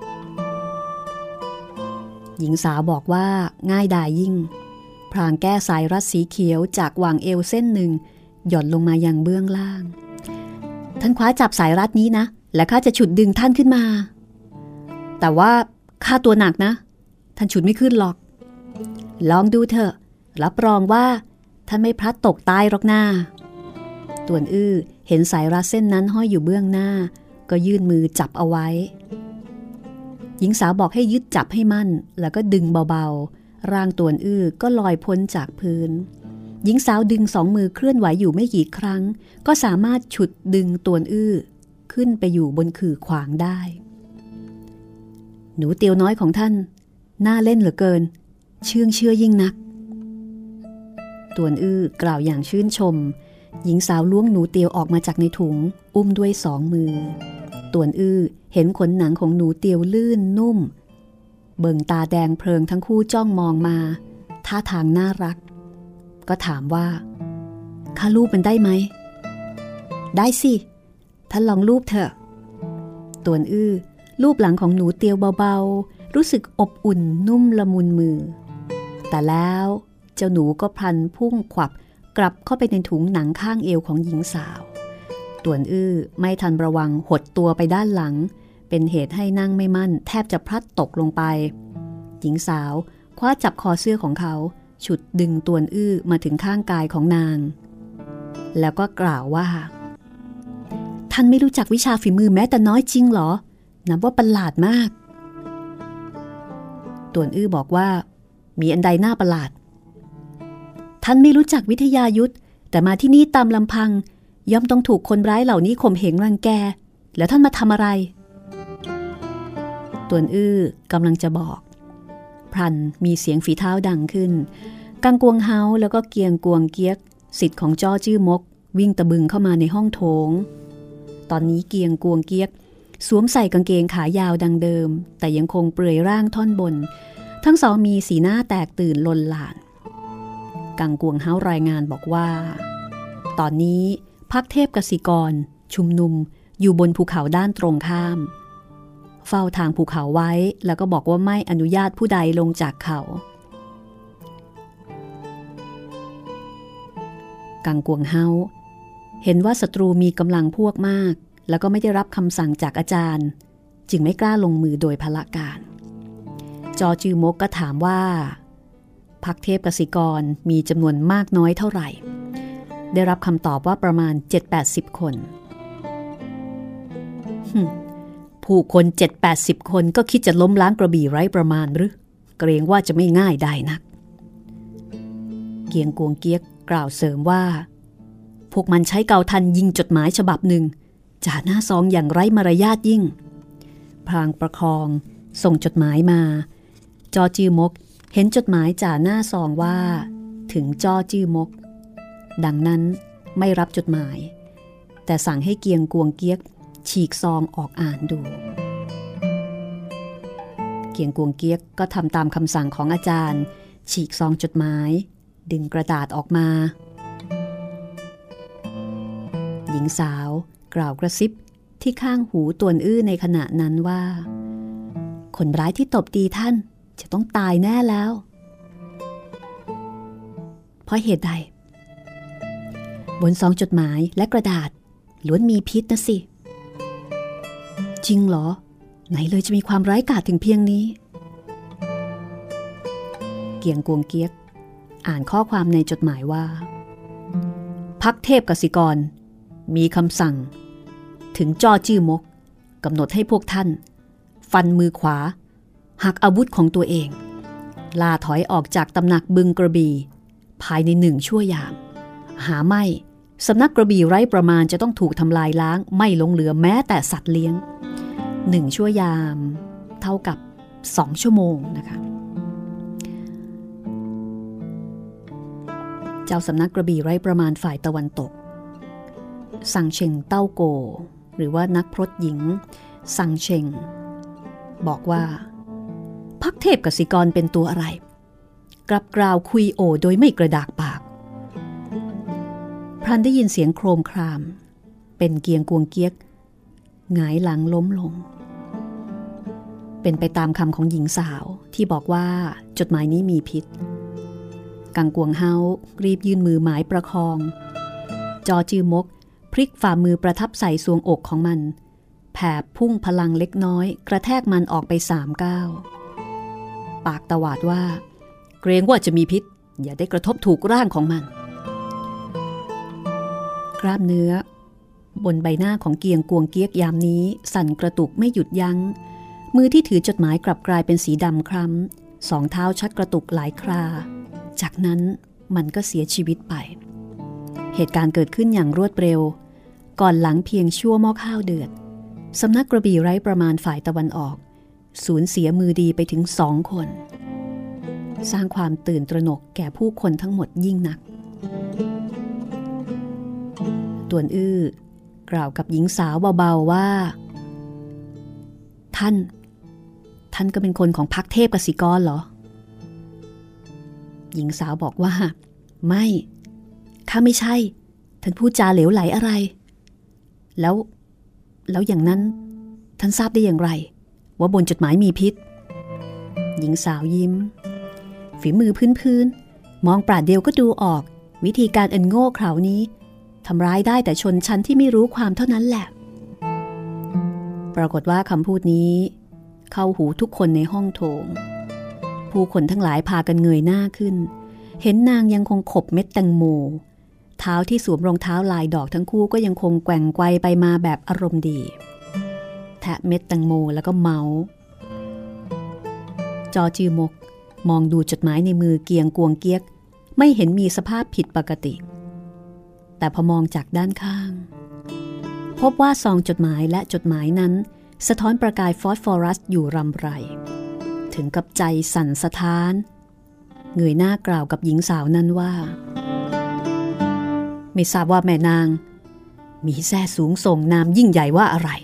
หญิงสาวบอกว่าง่ายดายยิ่งพรางแก้สายรัดสีเขียวจากหว่างเอวเส้นหนึ่งหย่อนลงมายังเบื้องล่างท่านคว้าจับสายรัดนี้นะและข้าจะฉุดดึงท่านขึ้นมาแต่ว่าข้าตัวหนักนะท่านฉุดไม่ขึ้นหรอกลองดูเถอะรับรองว่าท่านไม่พลัดตกตายหรอกหน้าตวนอื้อเห็นสายรัดเส้นนั้นห้อยอยู่เบื้องหน้าก็ยื่นมือจับเอาไว้หญิงสาวบอกให้ยึดจับให้มั่นแล้วก็ดึงเบาๆร่างตวนอื้อก็ลอยพ้นจากพื้นหญิงสาวดึงสองมือเคลื่อนไหวอยู่ไม่กี่ครั้งก็สามารถฉุดดึงตวนอื้อขึ้นไปอยู่บนขื่อขวางได้หนูเตียวน้อยของท่านน่าเล่นเหลือเกินเชื่องเชื่อยิ่งนักตวนอื้อกล่าวอย่างชื่นชมหญิงสาวล้วงหนูเตียวออกมาจากในถุงอุ้มด้วยสองมือตวนอื้อเห็นขนหนังของหนูเตียวลื่นนุ่มเบิ่งตาแดงเพลิงทั้งคู่จ้องมองมาท่าทางน่ารักก็ถามว่าข้าลูบมันได้ไหมได้สิท่านลองลูบเถอะตวนอื้อลูบหลังของหนูเตียวเบาๆรู้สึกอบอุ่นนุ่มละมุนมือแต่แล้วเจ้าหนูก็พลันพุ่งขวับกลับเข้าไปในถุงหนังข้างเอวของหญิงสาวตวนอื้อไม่ทันระวังหดตัวไปด้านหลังเป็นเหตุให้นั่งไม่มั่นแทบจะพลัดตกลงไปหญิงสาวคว้าจับคอเสื้อของเขาฉุดดึงตวนอื้อมาถึงข้างกายของนางแล้วก็กล่าวว่าท่านไม่รู้จักวิชาฝีมือแม้แต่น้อยจริงเหรอนับว่าประหลาดมากตวนอื้อบอกว่ามีอันใดน่าประหลาดท่านไม่รู้จักวิทยายุทธแต่มาที่นี่ตามลำพังย่อมต้องถูกคนร้ายเหล่านี้ข่มเหงรังแกแล้วท่านมาทำอะไรตวนอื้อกำลังจะบอกพลันมีเสียงฝีเท้าดังขึ้นกังกวงเฮาแล้วก็เกียงกวงเกียกศิษย์ของจ้อจื้อมกวิ่งตะบึงเข้ามาในห้องโถงตอนนี้เกียงกวงเกียกสวมใส่กางเกงขายาวดังเดิมแต่ยังคงเปลือยร่างท่อนบนทั้งสองมีสีหน้าแตกตื่นลนหลานกังกวงเฮารายงานบอกว่าตอนนี้พรรคเทพกสิกรชุมนุมอยู่บนภูเขาด้านตรงข้ามเฝ้าทางภูเขาไว้แล้วก็บอกว่าไม่อนุญาตผู้ใดลงจากเขากังกวงเฮาเห็นว่าศัตรูมีกำลังพวกมากแล้วก็ไม่ได้รับคำสั่งจากอาจารย์จึงไม่กล้าลงมือโดยพละการจอจือมกก็ถามว่าพรรคเทพกสิกรมีจำนวนมากน้อยเท่าไหร่ได้รับคำตอบว่าประมาณ เจ็ดถึงแปดสิบ คนผู้คน เจ็ดถึงแปดสิบ คนก็คิดจะล้มล้างกระบี่ไร้ประมาณหรือเกรงว่าจะไม่ง่ายได้นักเกียงกวงเกียกกล่าวเสริมว่าวกมันใช้เกาทันยิงจดหมายฉบับหนึ่งจ่าหน้าซองอย่างไร้มารยาทยิ่งพลางประคองส่งจดหมายมาจอจื้อมกเห็นจดหมายจ่าหน้าซองว่าถึงจอจื้อมกดังนั้นไม่รับจดหมายแต่สั่งให้เกียงกวงเกียกฉีกซองออกอ่านดูเกียงกวงเกียกก็ทำตามคำสั่งของอาจารย์ฉีกซองจดหมายดึงกระดาษออกมาหญิงสาวกล่าวกระซิบที่ข้างหูตวนอื้อในขณะนั้นว่าคนร้ายที่ตบตีท่านจะต้องตายแน่แล้วเพราะเหตุใดบนซองจดหมายและกระดาษล้วนมีพิษนะสิจริงเหรอไหนเลยจะมีความร้ายกาจถึงเพียงนี้เกียงกวงเกียกอ่านข้อความในจดหมายว่าพรรคเทพกสิกรมีคำสั่งถึงจ้อจื้อมกกำหนดให้พวกท่านฟันมือขวาหักอาวุธของตัวเองลาถอยออกจากตำหนักบึงกระบี่ภายในหนึ่งชั่วยามหาไม่สำนักกระบี่ไร้ประมาณจะต้องถูกทำลายล้างไม่หลงเหลือแม้แต่สัตว์เลี้ยงหนึ่งชั่วยามเท่ากับสองชั่วโมงนะคะเจ้าสำนักกระบี่ไร้ประมาณฝ่ายตะวันตกสั่งเชงเต้าโกหรือว่านักพรตหญิงสั่งเชงบอกว่าพรรคเทพกสิกรเป็นตัวอะไรกลับกล่าวคุยโอโดยไม่กระดากปากพลันได้ยินเสียงโครมครามเป็นเกียงกวงเกียกหงายหลังล้มลงเป็นไปตามคำของหญิงสาวที่บอกว่าจดหมายนี้มีพิษกังกวงเฮารีบยื่นมือหมายประคองจอจื้อมกพลิกฝ่ามือประทับใส่ทรวงอกของมันแผ่พุ่งพลังเล็กน้อยกระแทกมันออกไปสามก้าวปากตวาดว่าเกรงว่าจะมีพิษอย่าได้กระทบถูกร่างของมันกล้ามเนื้อบนใบหน้าของเกียงกวงเกียกยามนี้สั่นกระตุกไม่หยุดยัง้งมือที่ถือจดหมายกลับกลายเป็นสีดำคล้ำสองเท้าชักกระตุกหลายคราจากนั้นมันก็เสียชีวิตไปเหตุการณ์เกิดขึ้นอย่างรวดเร็วก่อนหลังเพียงชั่วหม้อข้าวเดือดสำนักกระบี่ไร้ประมาณฝ่ายตะวันออกสูญเสียมือดีไปถึงสองคนสร้างความตื่นตระหนกแก่ผู้คนทั้งหมดยิ่งนักตวนอื้อกล่าวกับหญิงสาวเบาๆว่าท่านท่านก็เป็นคนของพรรคเทพกสิกรเหรอหญิงสาวบอกว่าไม่ข้าไม่ใช่ท่านพูดจาเหลวไหลอะไรแล้วแล้วอย่างนั้นท่านทราบได้อย่างไรว่าบนจดหมายมีพิษหญิงสาวยิ้มฝีมือพื้นๆมองปราดเดียวก็ดูออกวิธีการอันโง่เขลานี้ทำร้ายได้แต่ชนชั้นที่ไม่รู้ความเท่านั้นแหละปรากฏว่าคำพูดนี้เข้าหูทุกคนในห้องโถงผู้คนทั้งหลายพากันเงยหน้าขึ้นเห็นนางยังคงขบเม็ดแตงโมเท้าที่สวมรองเท้าลายดอกทั้งคู่ก็ยังคงแกว่งไกวไปมาแบบอารมณ์ดีแทะเม็ดแตงโมแล้วก็เมาจอจื้อมกมองดูจดหมายในมือเกียงกวงเกียกไม่เห็นมีสภาพผิดปกติแต่พอมองจากด้านข้างพบว่าซองจดหมายและจดหมายนั้นสะท้อนประกายฟอสฟอรัสอยู่รำไรถึงกับใจสั่นสะท้านเงยหน้ากล่าวกับหญิงสาวนั้นว่าไม่ทราบว่าแม่นางมีแท้สูงส่งนามยิ่งใหญ่ว่าอะไร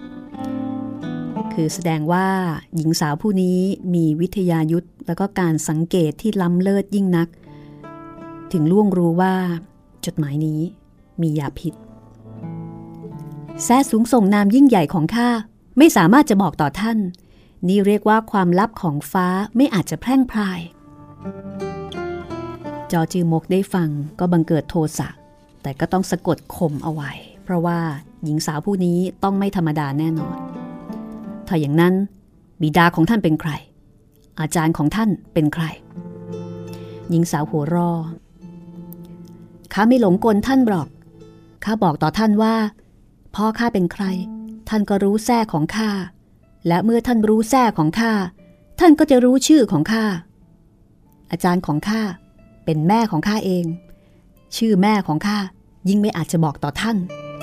คือแสดงว่าหญิงสาวผู้นี้มีวิทยายุทธแล้วก็การสังเกตที่ล้ำเลิศยิ่งนักถึงล่วงรู้ว่าจดหมายนี้มียาพิษแท้สูงส่งนามยิ่งใหญ่ของข้าไม่สามารถจะบอกต่อท่านนี่เรียกว่าความลับของฟ้าไม่อาจจะแพร่งพรายจอจื้อมกได้ฟังก็บังเกิดโทสะแต่ก็ต้องสะกดข่มเอาไว้เพราะว่าหญิงสาวผู้นี้ต้องไม่ธรรมดาแน่นอนถ้าอย่างนั้นบิดาของท่านเป็นใครอาจารย์ของท่านเป็นใครหญิงสาวหัวเราะข้าไม่หลงกลท่านหรอกข้าบอกต่อท่านว่าพ่อข้าเป็นใครท่านก็รู้แท้ของข้าและเมื่อท่านรู้แท้ของข้าท่านก็จะรู้ชื่อของข้าอาจารย์ของข้าเป็นแม่ของข้าเองชื่อแม่ของข้ายิ่งไม่อาจจะบอกต่อท่าน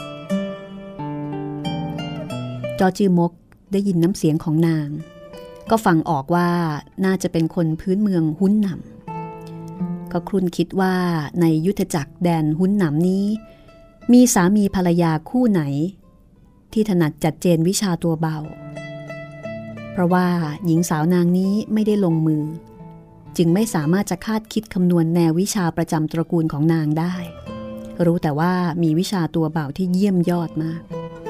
จอจือมกได้ยินน้ำเสียงของนางก็ฟังออกว่าน่าจะเป็นคนพื้นเมืองหุ้นหนำก็ครุ่นคิดว่าในยุทธจักรแดนหุ้นหนำนี้มีสามีภรรยาคู่ไหนที่ถนัดจัดเจนวิชาตัวเบาเพราะว่าหญิงสาวนางนี้ไม่ได้ลงมือจึงไม่สามารถจะคาดคิดคำนวณแนววิชาประจำตระกูลของนางได้รู้แต่ว่ามีวิชาตัวเบาที่เยี่ยมยอดมาก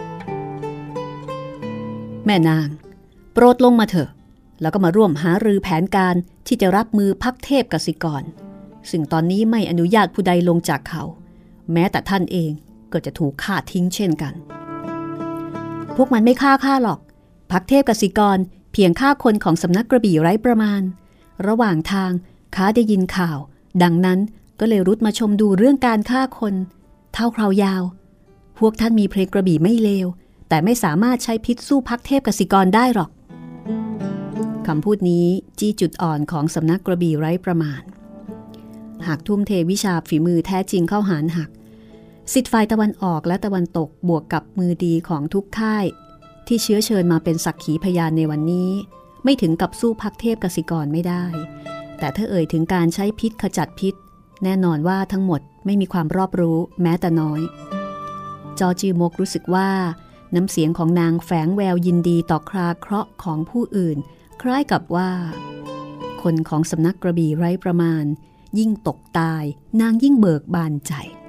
แม่นางโปรดลงมาเถอะแล้วก็มาร่วมหารือแผนการที่จะรับมือพรรคเทพกสิกรซึ่งตอนนี้ไม่อนุญาตผู้ใดลงจากเขาแม้แต่ท่านเองก็จะถูกฆ่าทิ้งเช่นกันพวกมันไม่ฆ่าข้าหรอกพรรคเทพกสิกรเพียงฆ่าคนของสำนักกระบี่ไร้ประมาณระหว่างทางข้าได้ยินข่าวดังนั้นก็เลยรุดมาชมดูเรื่องการฆ่าคนเท่าคราวยาวพวกท่านมีเพลงกระบี่ไม่เลวแต่ไม่สามารถใช้พิษสู้พรรคเทพกสิกรได้หรอกคำพูดนี้จี้จุดอ่อนของสำนักกระบี่ไร้ประมาณหากทุ่มเทวิชาฝีมือแท้จริงเข้าหารหักศิษย์ฝ่ายตะวันออกและตะวันตกบวกกับมือดีของทุกค่ายที่เชื้อเชิญมาเป็นสักขีพยานในวันนี้ไม่ถึงกับสู้พรรคเทพกสิกรไม่ได้แต่ถ้าเอ่ยถึงการใช้พิษขจัดพิษแน่นอนว่าทั้งหมดไม่มีความรอบรู้แม้แต่น้อยจอจือมกรู้สึกว่าน้ำเสียงของนางแฝงแววยินดีต่อคราเคราะห์ของผู้อื่นคล้ายกับว่าคนของสำนักกระบี่ไร้ประมาณยิ่งตกตายนางยิ่งเบิกบานใจ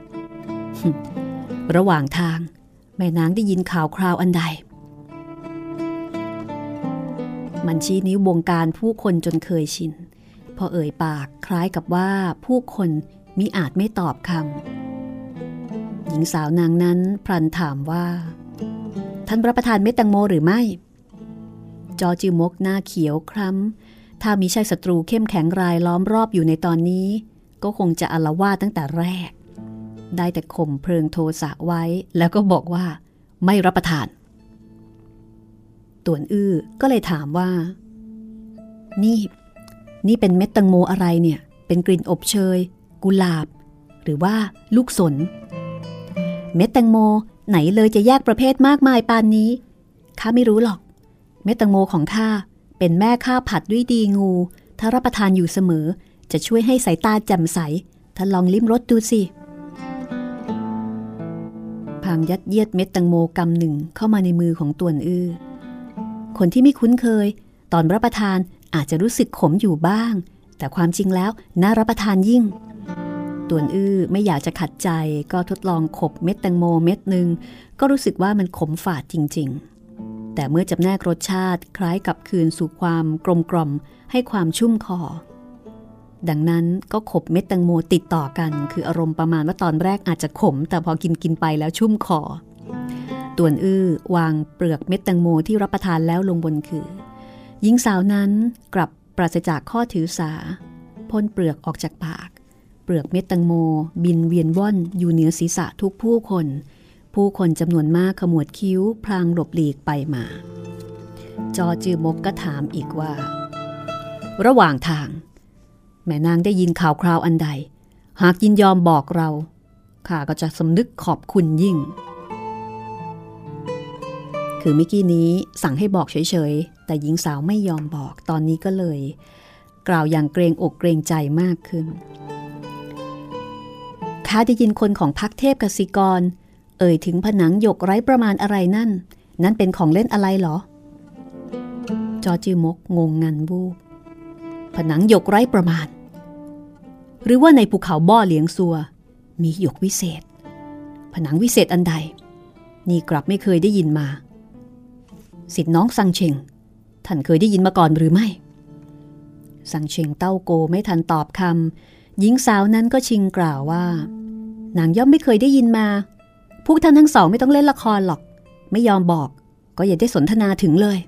ระหว่างทางแม่นางได้ยินข่าวคราวอันใดมันชี้นิ้วบงการผู้คนจนเคยชินพอเอ่ยปากคล้ายกับว่าผู้คนมิอาจไม่ตอบคำหญิงสาวนางนั้นพลันถามว่าท่านรับประทานเม็ดแตงโมหรือไม่จอจือมกหน้าเขียวคล้ำถ้ามิใช่ศัตรูเข้มแข็งรายล้อมรอบอยู่ในตอนนี้ก็คงจะอาละวาดตั้งแต่แรกได้แต่ข่มเพลิงโทสะไว้แล้วก็บอกว่าไม่รับประทานต่วนอื้อก็เลยถามว่านี่นี่เป็นเม็ดแตงโมอะไรเนี่ยเป็นกลิ่นอบเชยกุหลาบหรือว่าลูกสนเม็ดแตงโมไหนเลยจะแยกประเภทมากมายปานนี้ข้าไม่รู้หรอกเม็ดแตงโมของข้าเป็นแม่ข้าผัดด้วยดีงูถ้ารับประทานอยู่เสมอจะช่วยให้สายตาแจ่มใสถ้าลองลิ้มรสดูสิพางยัดเยียดเม็ดแตงโมกำหนึ่งเข้ามาในมือของต่วนอื้อคนที่ไม่คุ้นเคยตอนรับประทานอาจจะรู้สึกขมอยู่บ้างแต่ความจริงแล้วน่ารับประทานยิ่งต่วนอื้อไม่อยากจะขัดใจก็ทดลองขบเม็ดแตงโมเม็ดหนึ่งก็รู้สึกว่ามันขมฝาดจริงๆแต่เมื่อจำแนกรสชาติคล้ายกับคืนสู่ความกลมกล่อมให้ความชุ่มคอดังนั้นก็ขบเม็ดแตงโมติดต่อกันคืออารมณ์ประมาณว่าตอนแรกอาจจะขมแต่พอกินกินไปแล้วชุ่มคอต่วนอื้อวางเปลือกเม็ดแตงโมที่รับประทานแล้วลงบนคือหญิงสาวนั้นกลับปราศจากข้อถือสาพ่นเปลือกออกจากปากเปลือกเม็ดแตงโมบินเวียนว่อนอยู่เหนือศีรษะทุกผู้คนผู้คนจำนวนมากขมวดคิ้วพลางหลบหลีกไปมาจอจือมกก็ถามอีกว่าระหว่างทางแม่นางได้ยินข่าวคราวอันใดหากยินยอมบอกเราข้าก็จะสำนึกขอบคุณยิ่งคือเมื่อกี้นี้สั่งให้บอกเฉยๆแต่หญิงสาวไม่ยอมบอกตอนนี้ก็เลยกล่าวอย่างเกรงอกเกรงใจมากขึ้นข้าได้ยินคนของพรรคเทพกสิกรเอ่ยถึงผนังหยกไร้ประมาณอะไรนั่นนั่นเป็นของเล่นอะไรเหรอจอจือมกงงงันวูบผนังหยกไร้ประมาณหรือว่าในภูเขาบ่อเหลียงซัวมีหยกวิเศษผนังวิเศษอันใดนี่กลับไม่เคยได้ยินมาศิษย์น้องซังเชงท่านเคยได้ยินมาก่อนหรือไม่ซังเชงเต้าโกไม่ทันตอบคำหญิงสาวนั้นก็ชิงกล่าวว่านางย่อมไม่เคยได้ยินมาพวกท่านทั้งสองไม่ต้องเล่นละครหรอกไม่ยอมบอกก็อย่าได้สนทนาถึงเลย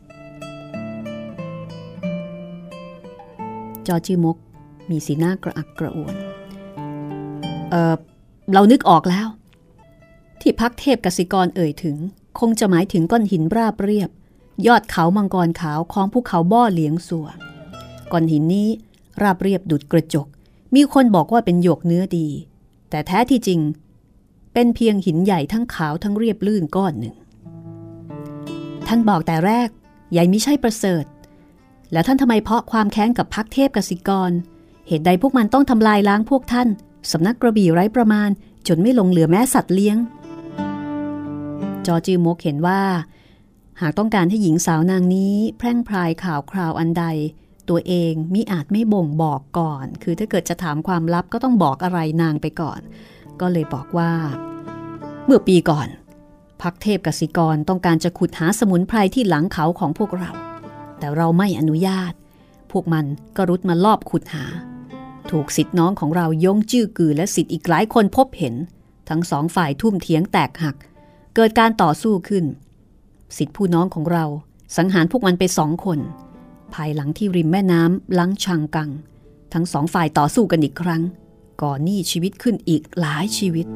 จอจือมกมีสีหน้ากระอักกระอ่วนเออเรานึกออกแล้วที่พรรคเทพกสิกรเอ่ยถึงคงจะหมายถึงก้อนหินราบเรียบยอดเขามังกรขาวของภูเขาบ่อเหลียงสัวก้อนหินนี้ราบเรียบดุจกระจกมีคนบอกว่าเป็นหยกเนื้อดีแต่แท้ที่จริงเป็นเพียงหินใหญ่ทั้งขาวทั้งเรียบลื่นก้อนหนึ่งท่านบอกแต่แรกใหญ่มิใช่ประเสริฐแล้วท่านทำไมเพาะความแค้นกับพรรคเทพกสิกรเหตุใดพวกมันต้องทำลายล้างพวกท่านสำนักกระบี่ไร้ประมาณจนไม่ลงเหลือแม้สัตว์เลี้ยงจอจือมกเห็นว่าหากต้องการให้หญิงสาวนางนี้แพร่งพรายข่าวคราวอันใดตัวเองมิอาจไม่บ่งบอกก่อนคือถ้าเกิดจะถามความลับก็ต้องบอกอะไรนางไปก่อนก็เลยบอกว่าเมื่อปีก่อนพรรคเทพกสิกรต้องการจะขุดหาสมุนไพรที่หลังเขาของพวกเราแต่เราไม่อนุญาตพวกมันก็รุดมาลอบขุดหาถูกศิษย์น้องของเรายงจื้อกือและศิษย์อีกหลายคนพบเห็นทั้งสองฝ่ายทุ่มเถียงแตกหักเกิดการต่อสู้ขึ้นศิษย์ผู้น้องของเราสังหารพวกมันไปสองคนภายหลังที่ริมแม่น้ำลังชังกังทั้งสองฝ่ายต่อสู้กันอีกครั้งก่อหนี้ชีวิตขึ้นอีกหลายชีวิต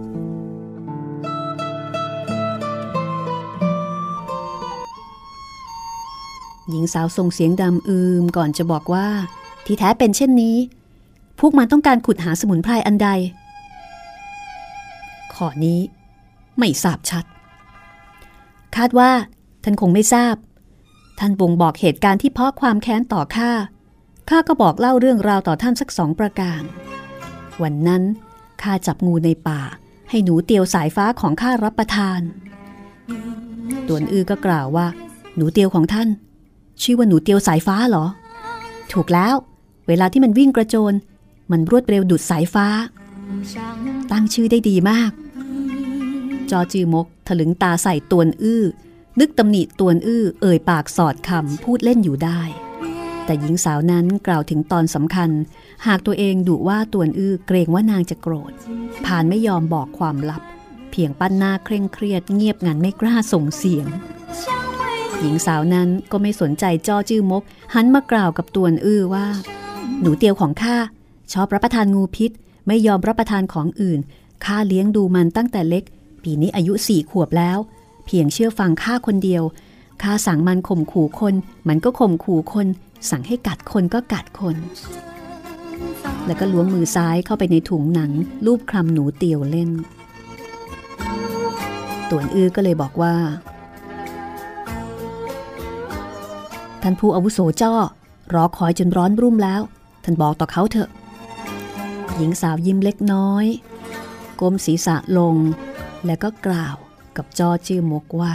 หญิงสาวส่งเสียงดำอืมก่อนจะบอกว่าที่แท้เป็นเช่นนี้พวกมันต้องการขุดหาสมุนไพรอันใดข้อนี้ไม่ทราบชัดคาดว่าท่านคงไม่ทราบท่านบ่งบอกเหตุการณ์ที่เพาะความแค้นต่อข้าข้าก็บอกเล่าเรื่องราวต่อท่านสักสองประการวันนั้นข้าจับงูในป่าให้หนูเตียวสายฟ้าของข้ารับประทานตวนอื้อก็กล่าวว่าหนูเตียวของท่านชื่อว่าหนูเตียวสายฟ้าเหรอถูกแล้วเวลาที่มันวิ่งกระโจนมันรวดเร็วดุจสายฟ้าตั้งชื่อได้ดีมากจอจือมกถลึงตาใส่ตวนอื้อนึกตำหนิตวนอื้อเอ่ยปากสอดคำพูดเล่นอยู่ได้แต่หญิงสาวนั้นกล่าวถึงตอนสำคัญหากตัวเองดุว่าตวนอื้อเกรงว่านางจะโกรธพานไม่ยอมบอกความลับเพียงปั้นหน้าเคร่งเครียดเงียบงันไม่กล้าส่งเสียงหญิงสาวนั้นก็ไม่สนใจจ้อจื้อมกหันมากล่าวกับตวนอื้อว่าหนูเตียวของข้าชอบรับประทานงูพิษไม่ยอมรับประทานของอื่นข้าเลี้ยงดูมันตั้งแต่เล็กปีนี้อายุสี่ขวบแล้วเพียงเชื่อฟังข้าคนเดียวข้าสั่งมันข่มขู่คนมันก็ข่มขู่คนสั่งให้กัดคนก็กัดคนแล้วก็ล้วงมือซ้ายเข้าไปในถุงหนังลูบคลำหนูเตียวเล่นตวนอื้อก็เลยบอกว่าท่านผู้อาวุโสจ้อรอคอยจนร้อนรุ่มแล้วท่านบอกต่อเขาเถอะหญิงสาวยิ้มเล็กน้อยก้มศีรษะลงแล้วก็กล่าวกับจ้อจื้อมกว่า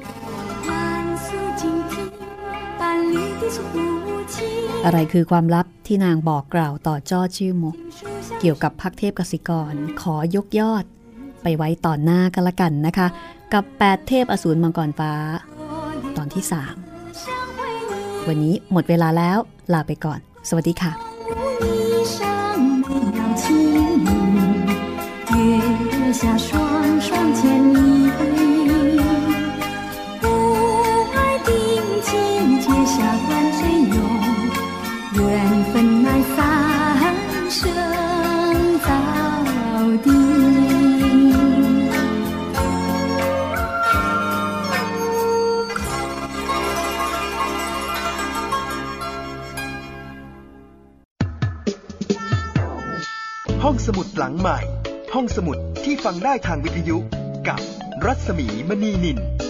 อะไรคือความลับที่นางบอกกล่าวต่อจ้อจื้อมกเกี่ยวกับพรรคเทพกสิกรขอยกยอดไปไว้ตอนหน้ากันละกันนะคะกับแปดเทพอสูรมังกรฟ้าตอนที่สามวันนี้หมดเวลาแล้วลาไปก่อนสวัสดีค่ะ月下双双牵你不爱定情结下关真永缘分乃三生早定ห้องสมุดหลังใหม่ห้องสมุดที่ฟังได้ทางวิทยุกับรัศมีมณีนิน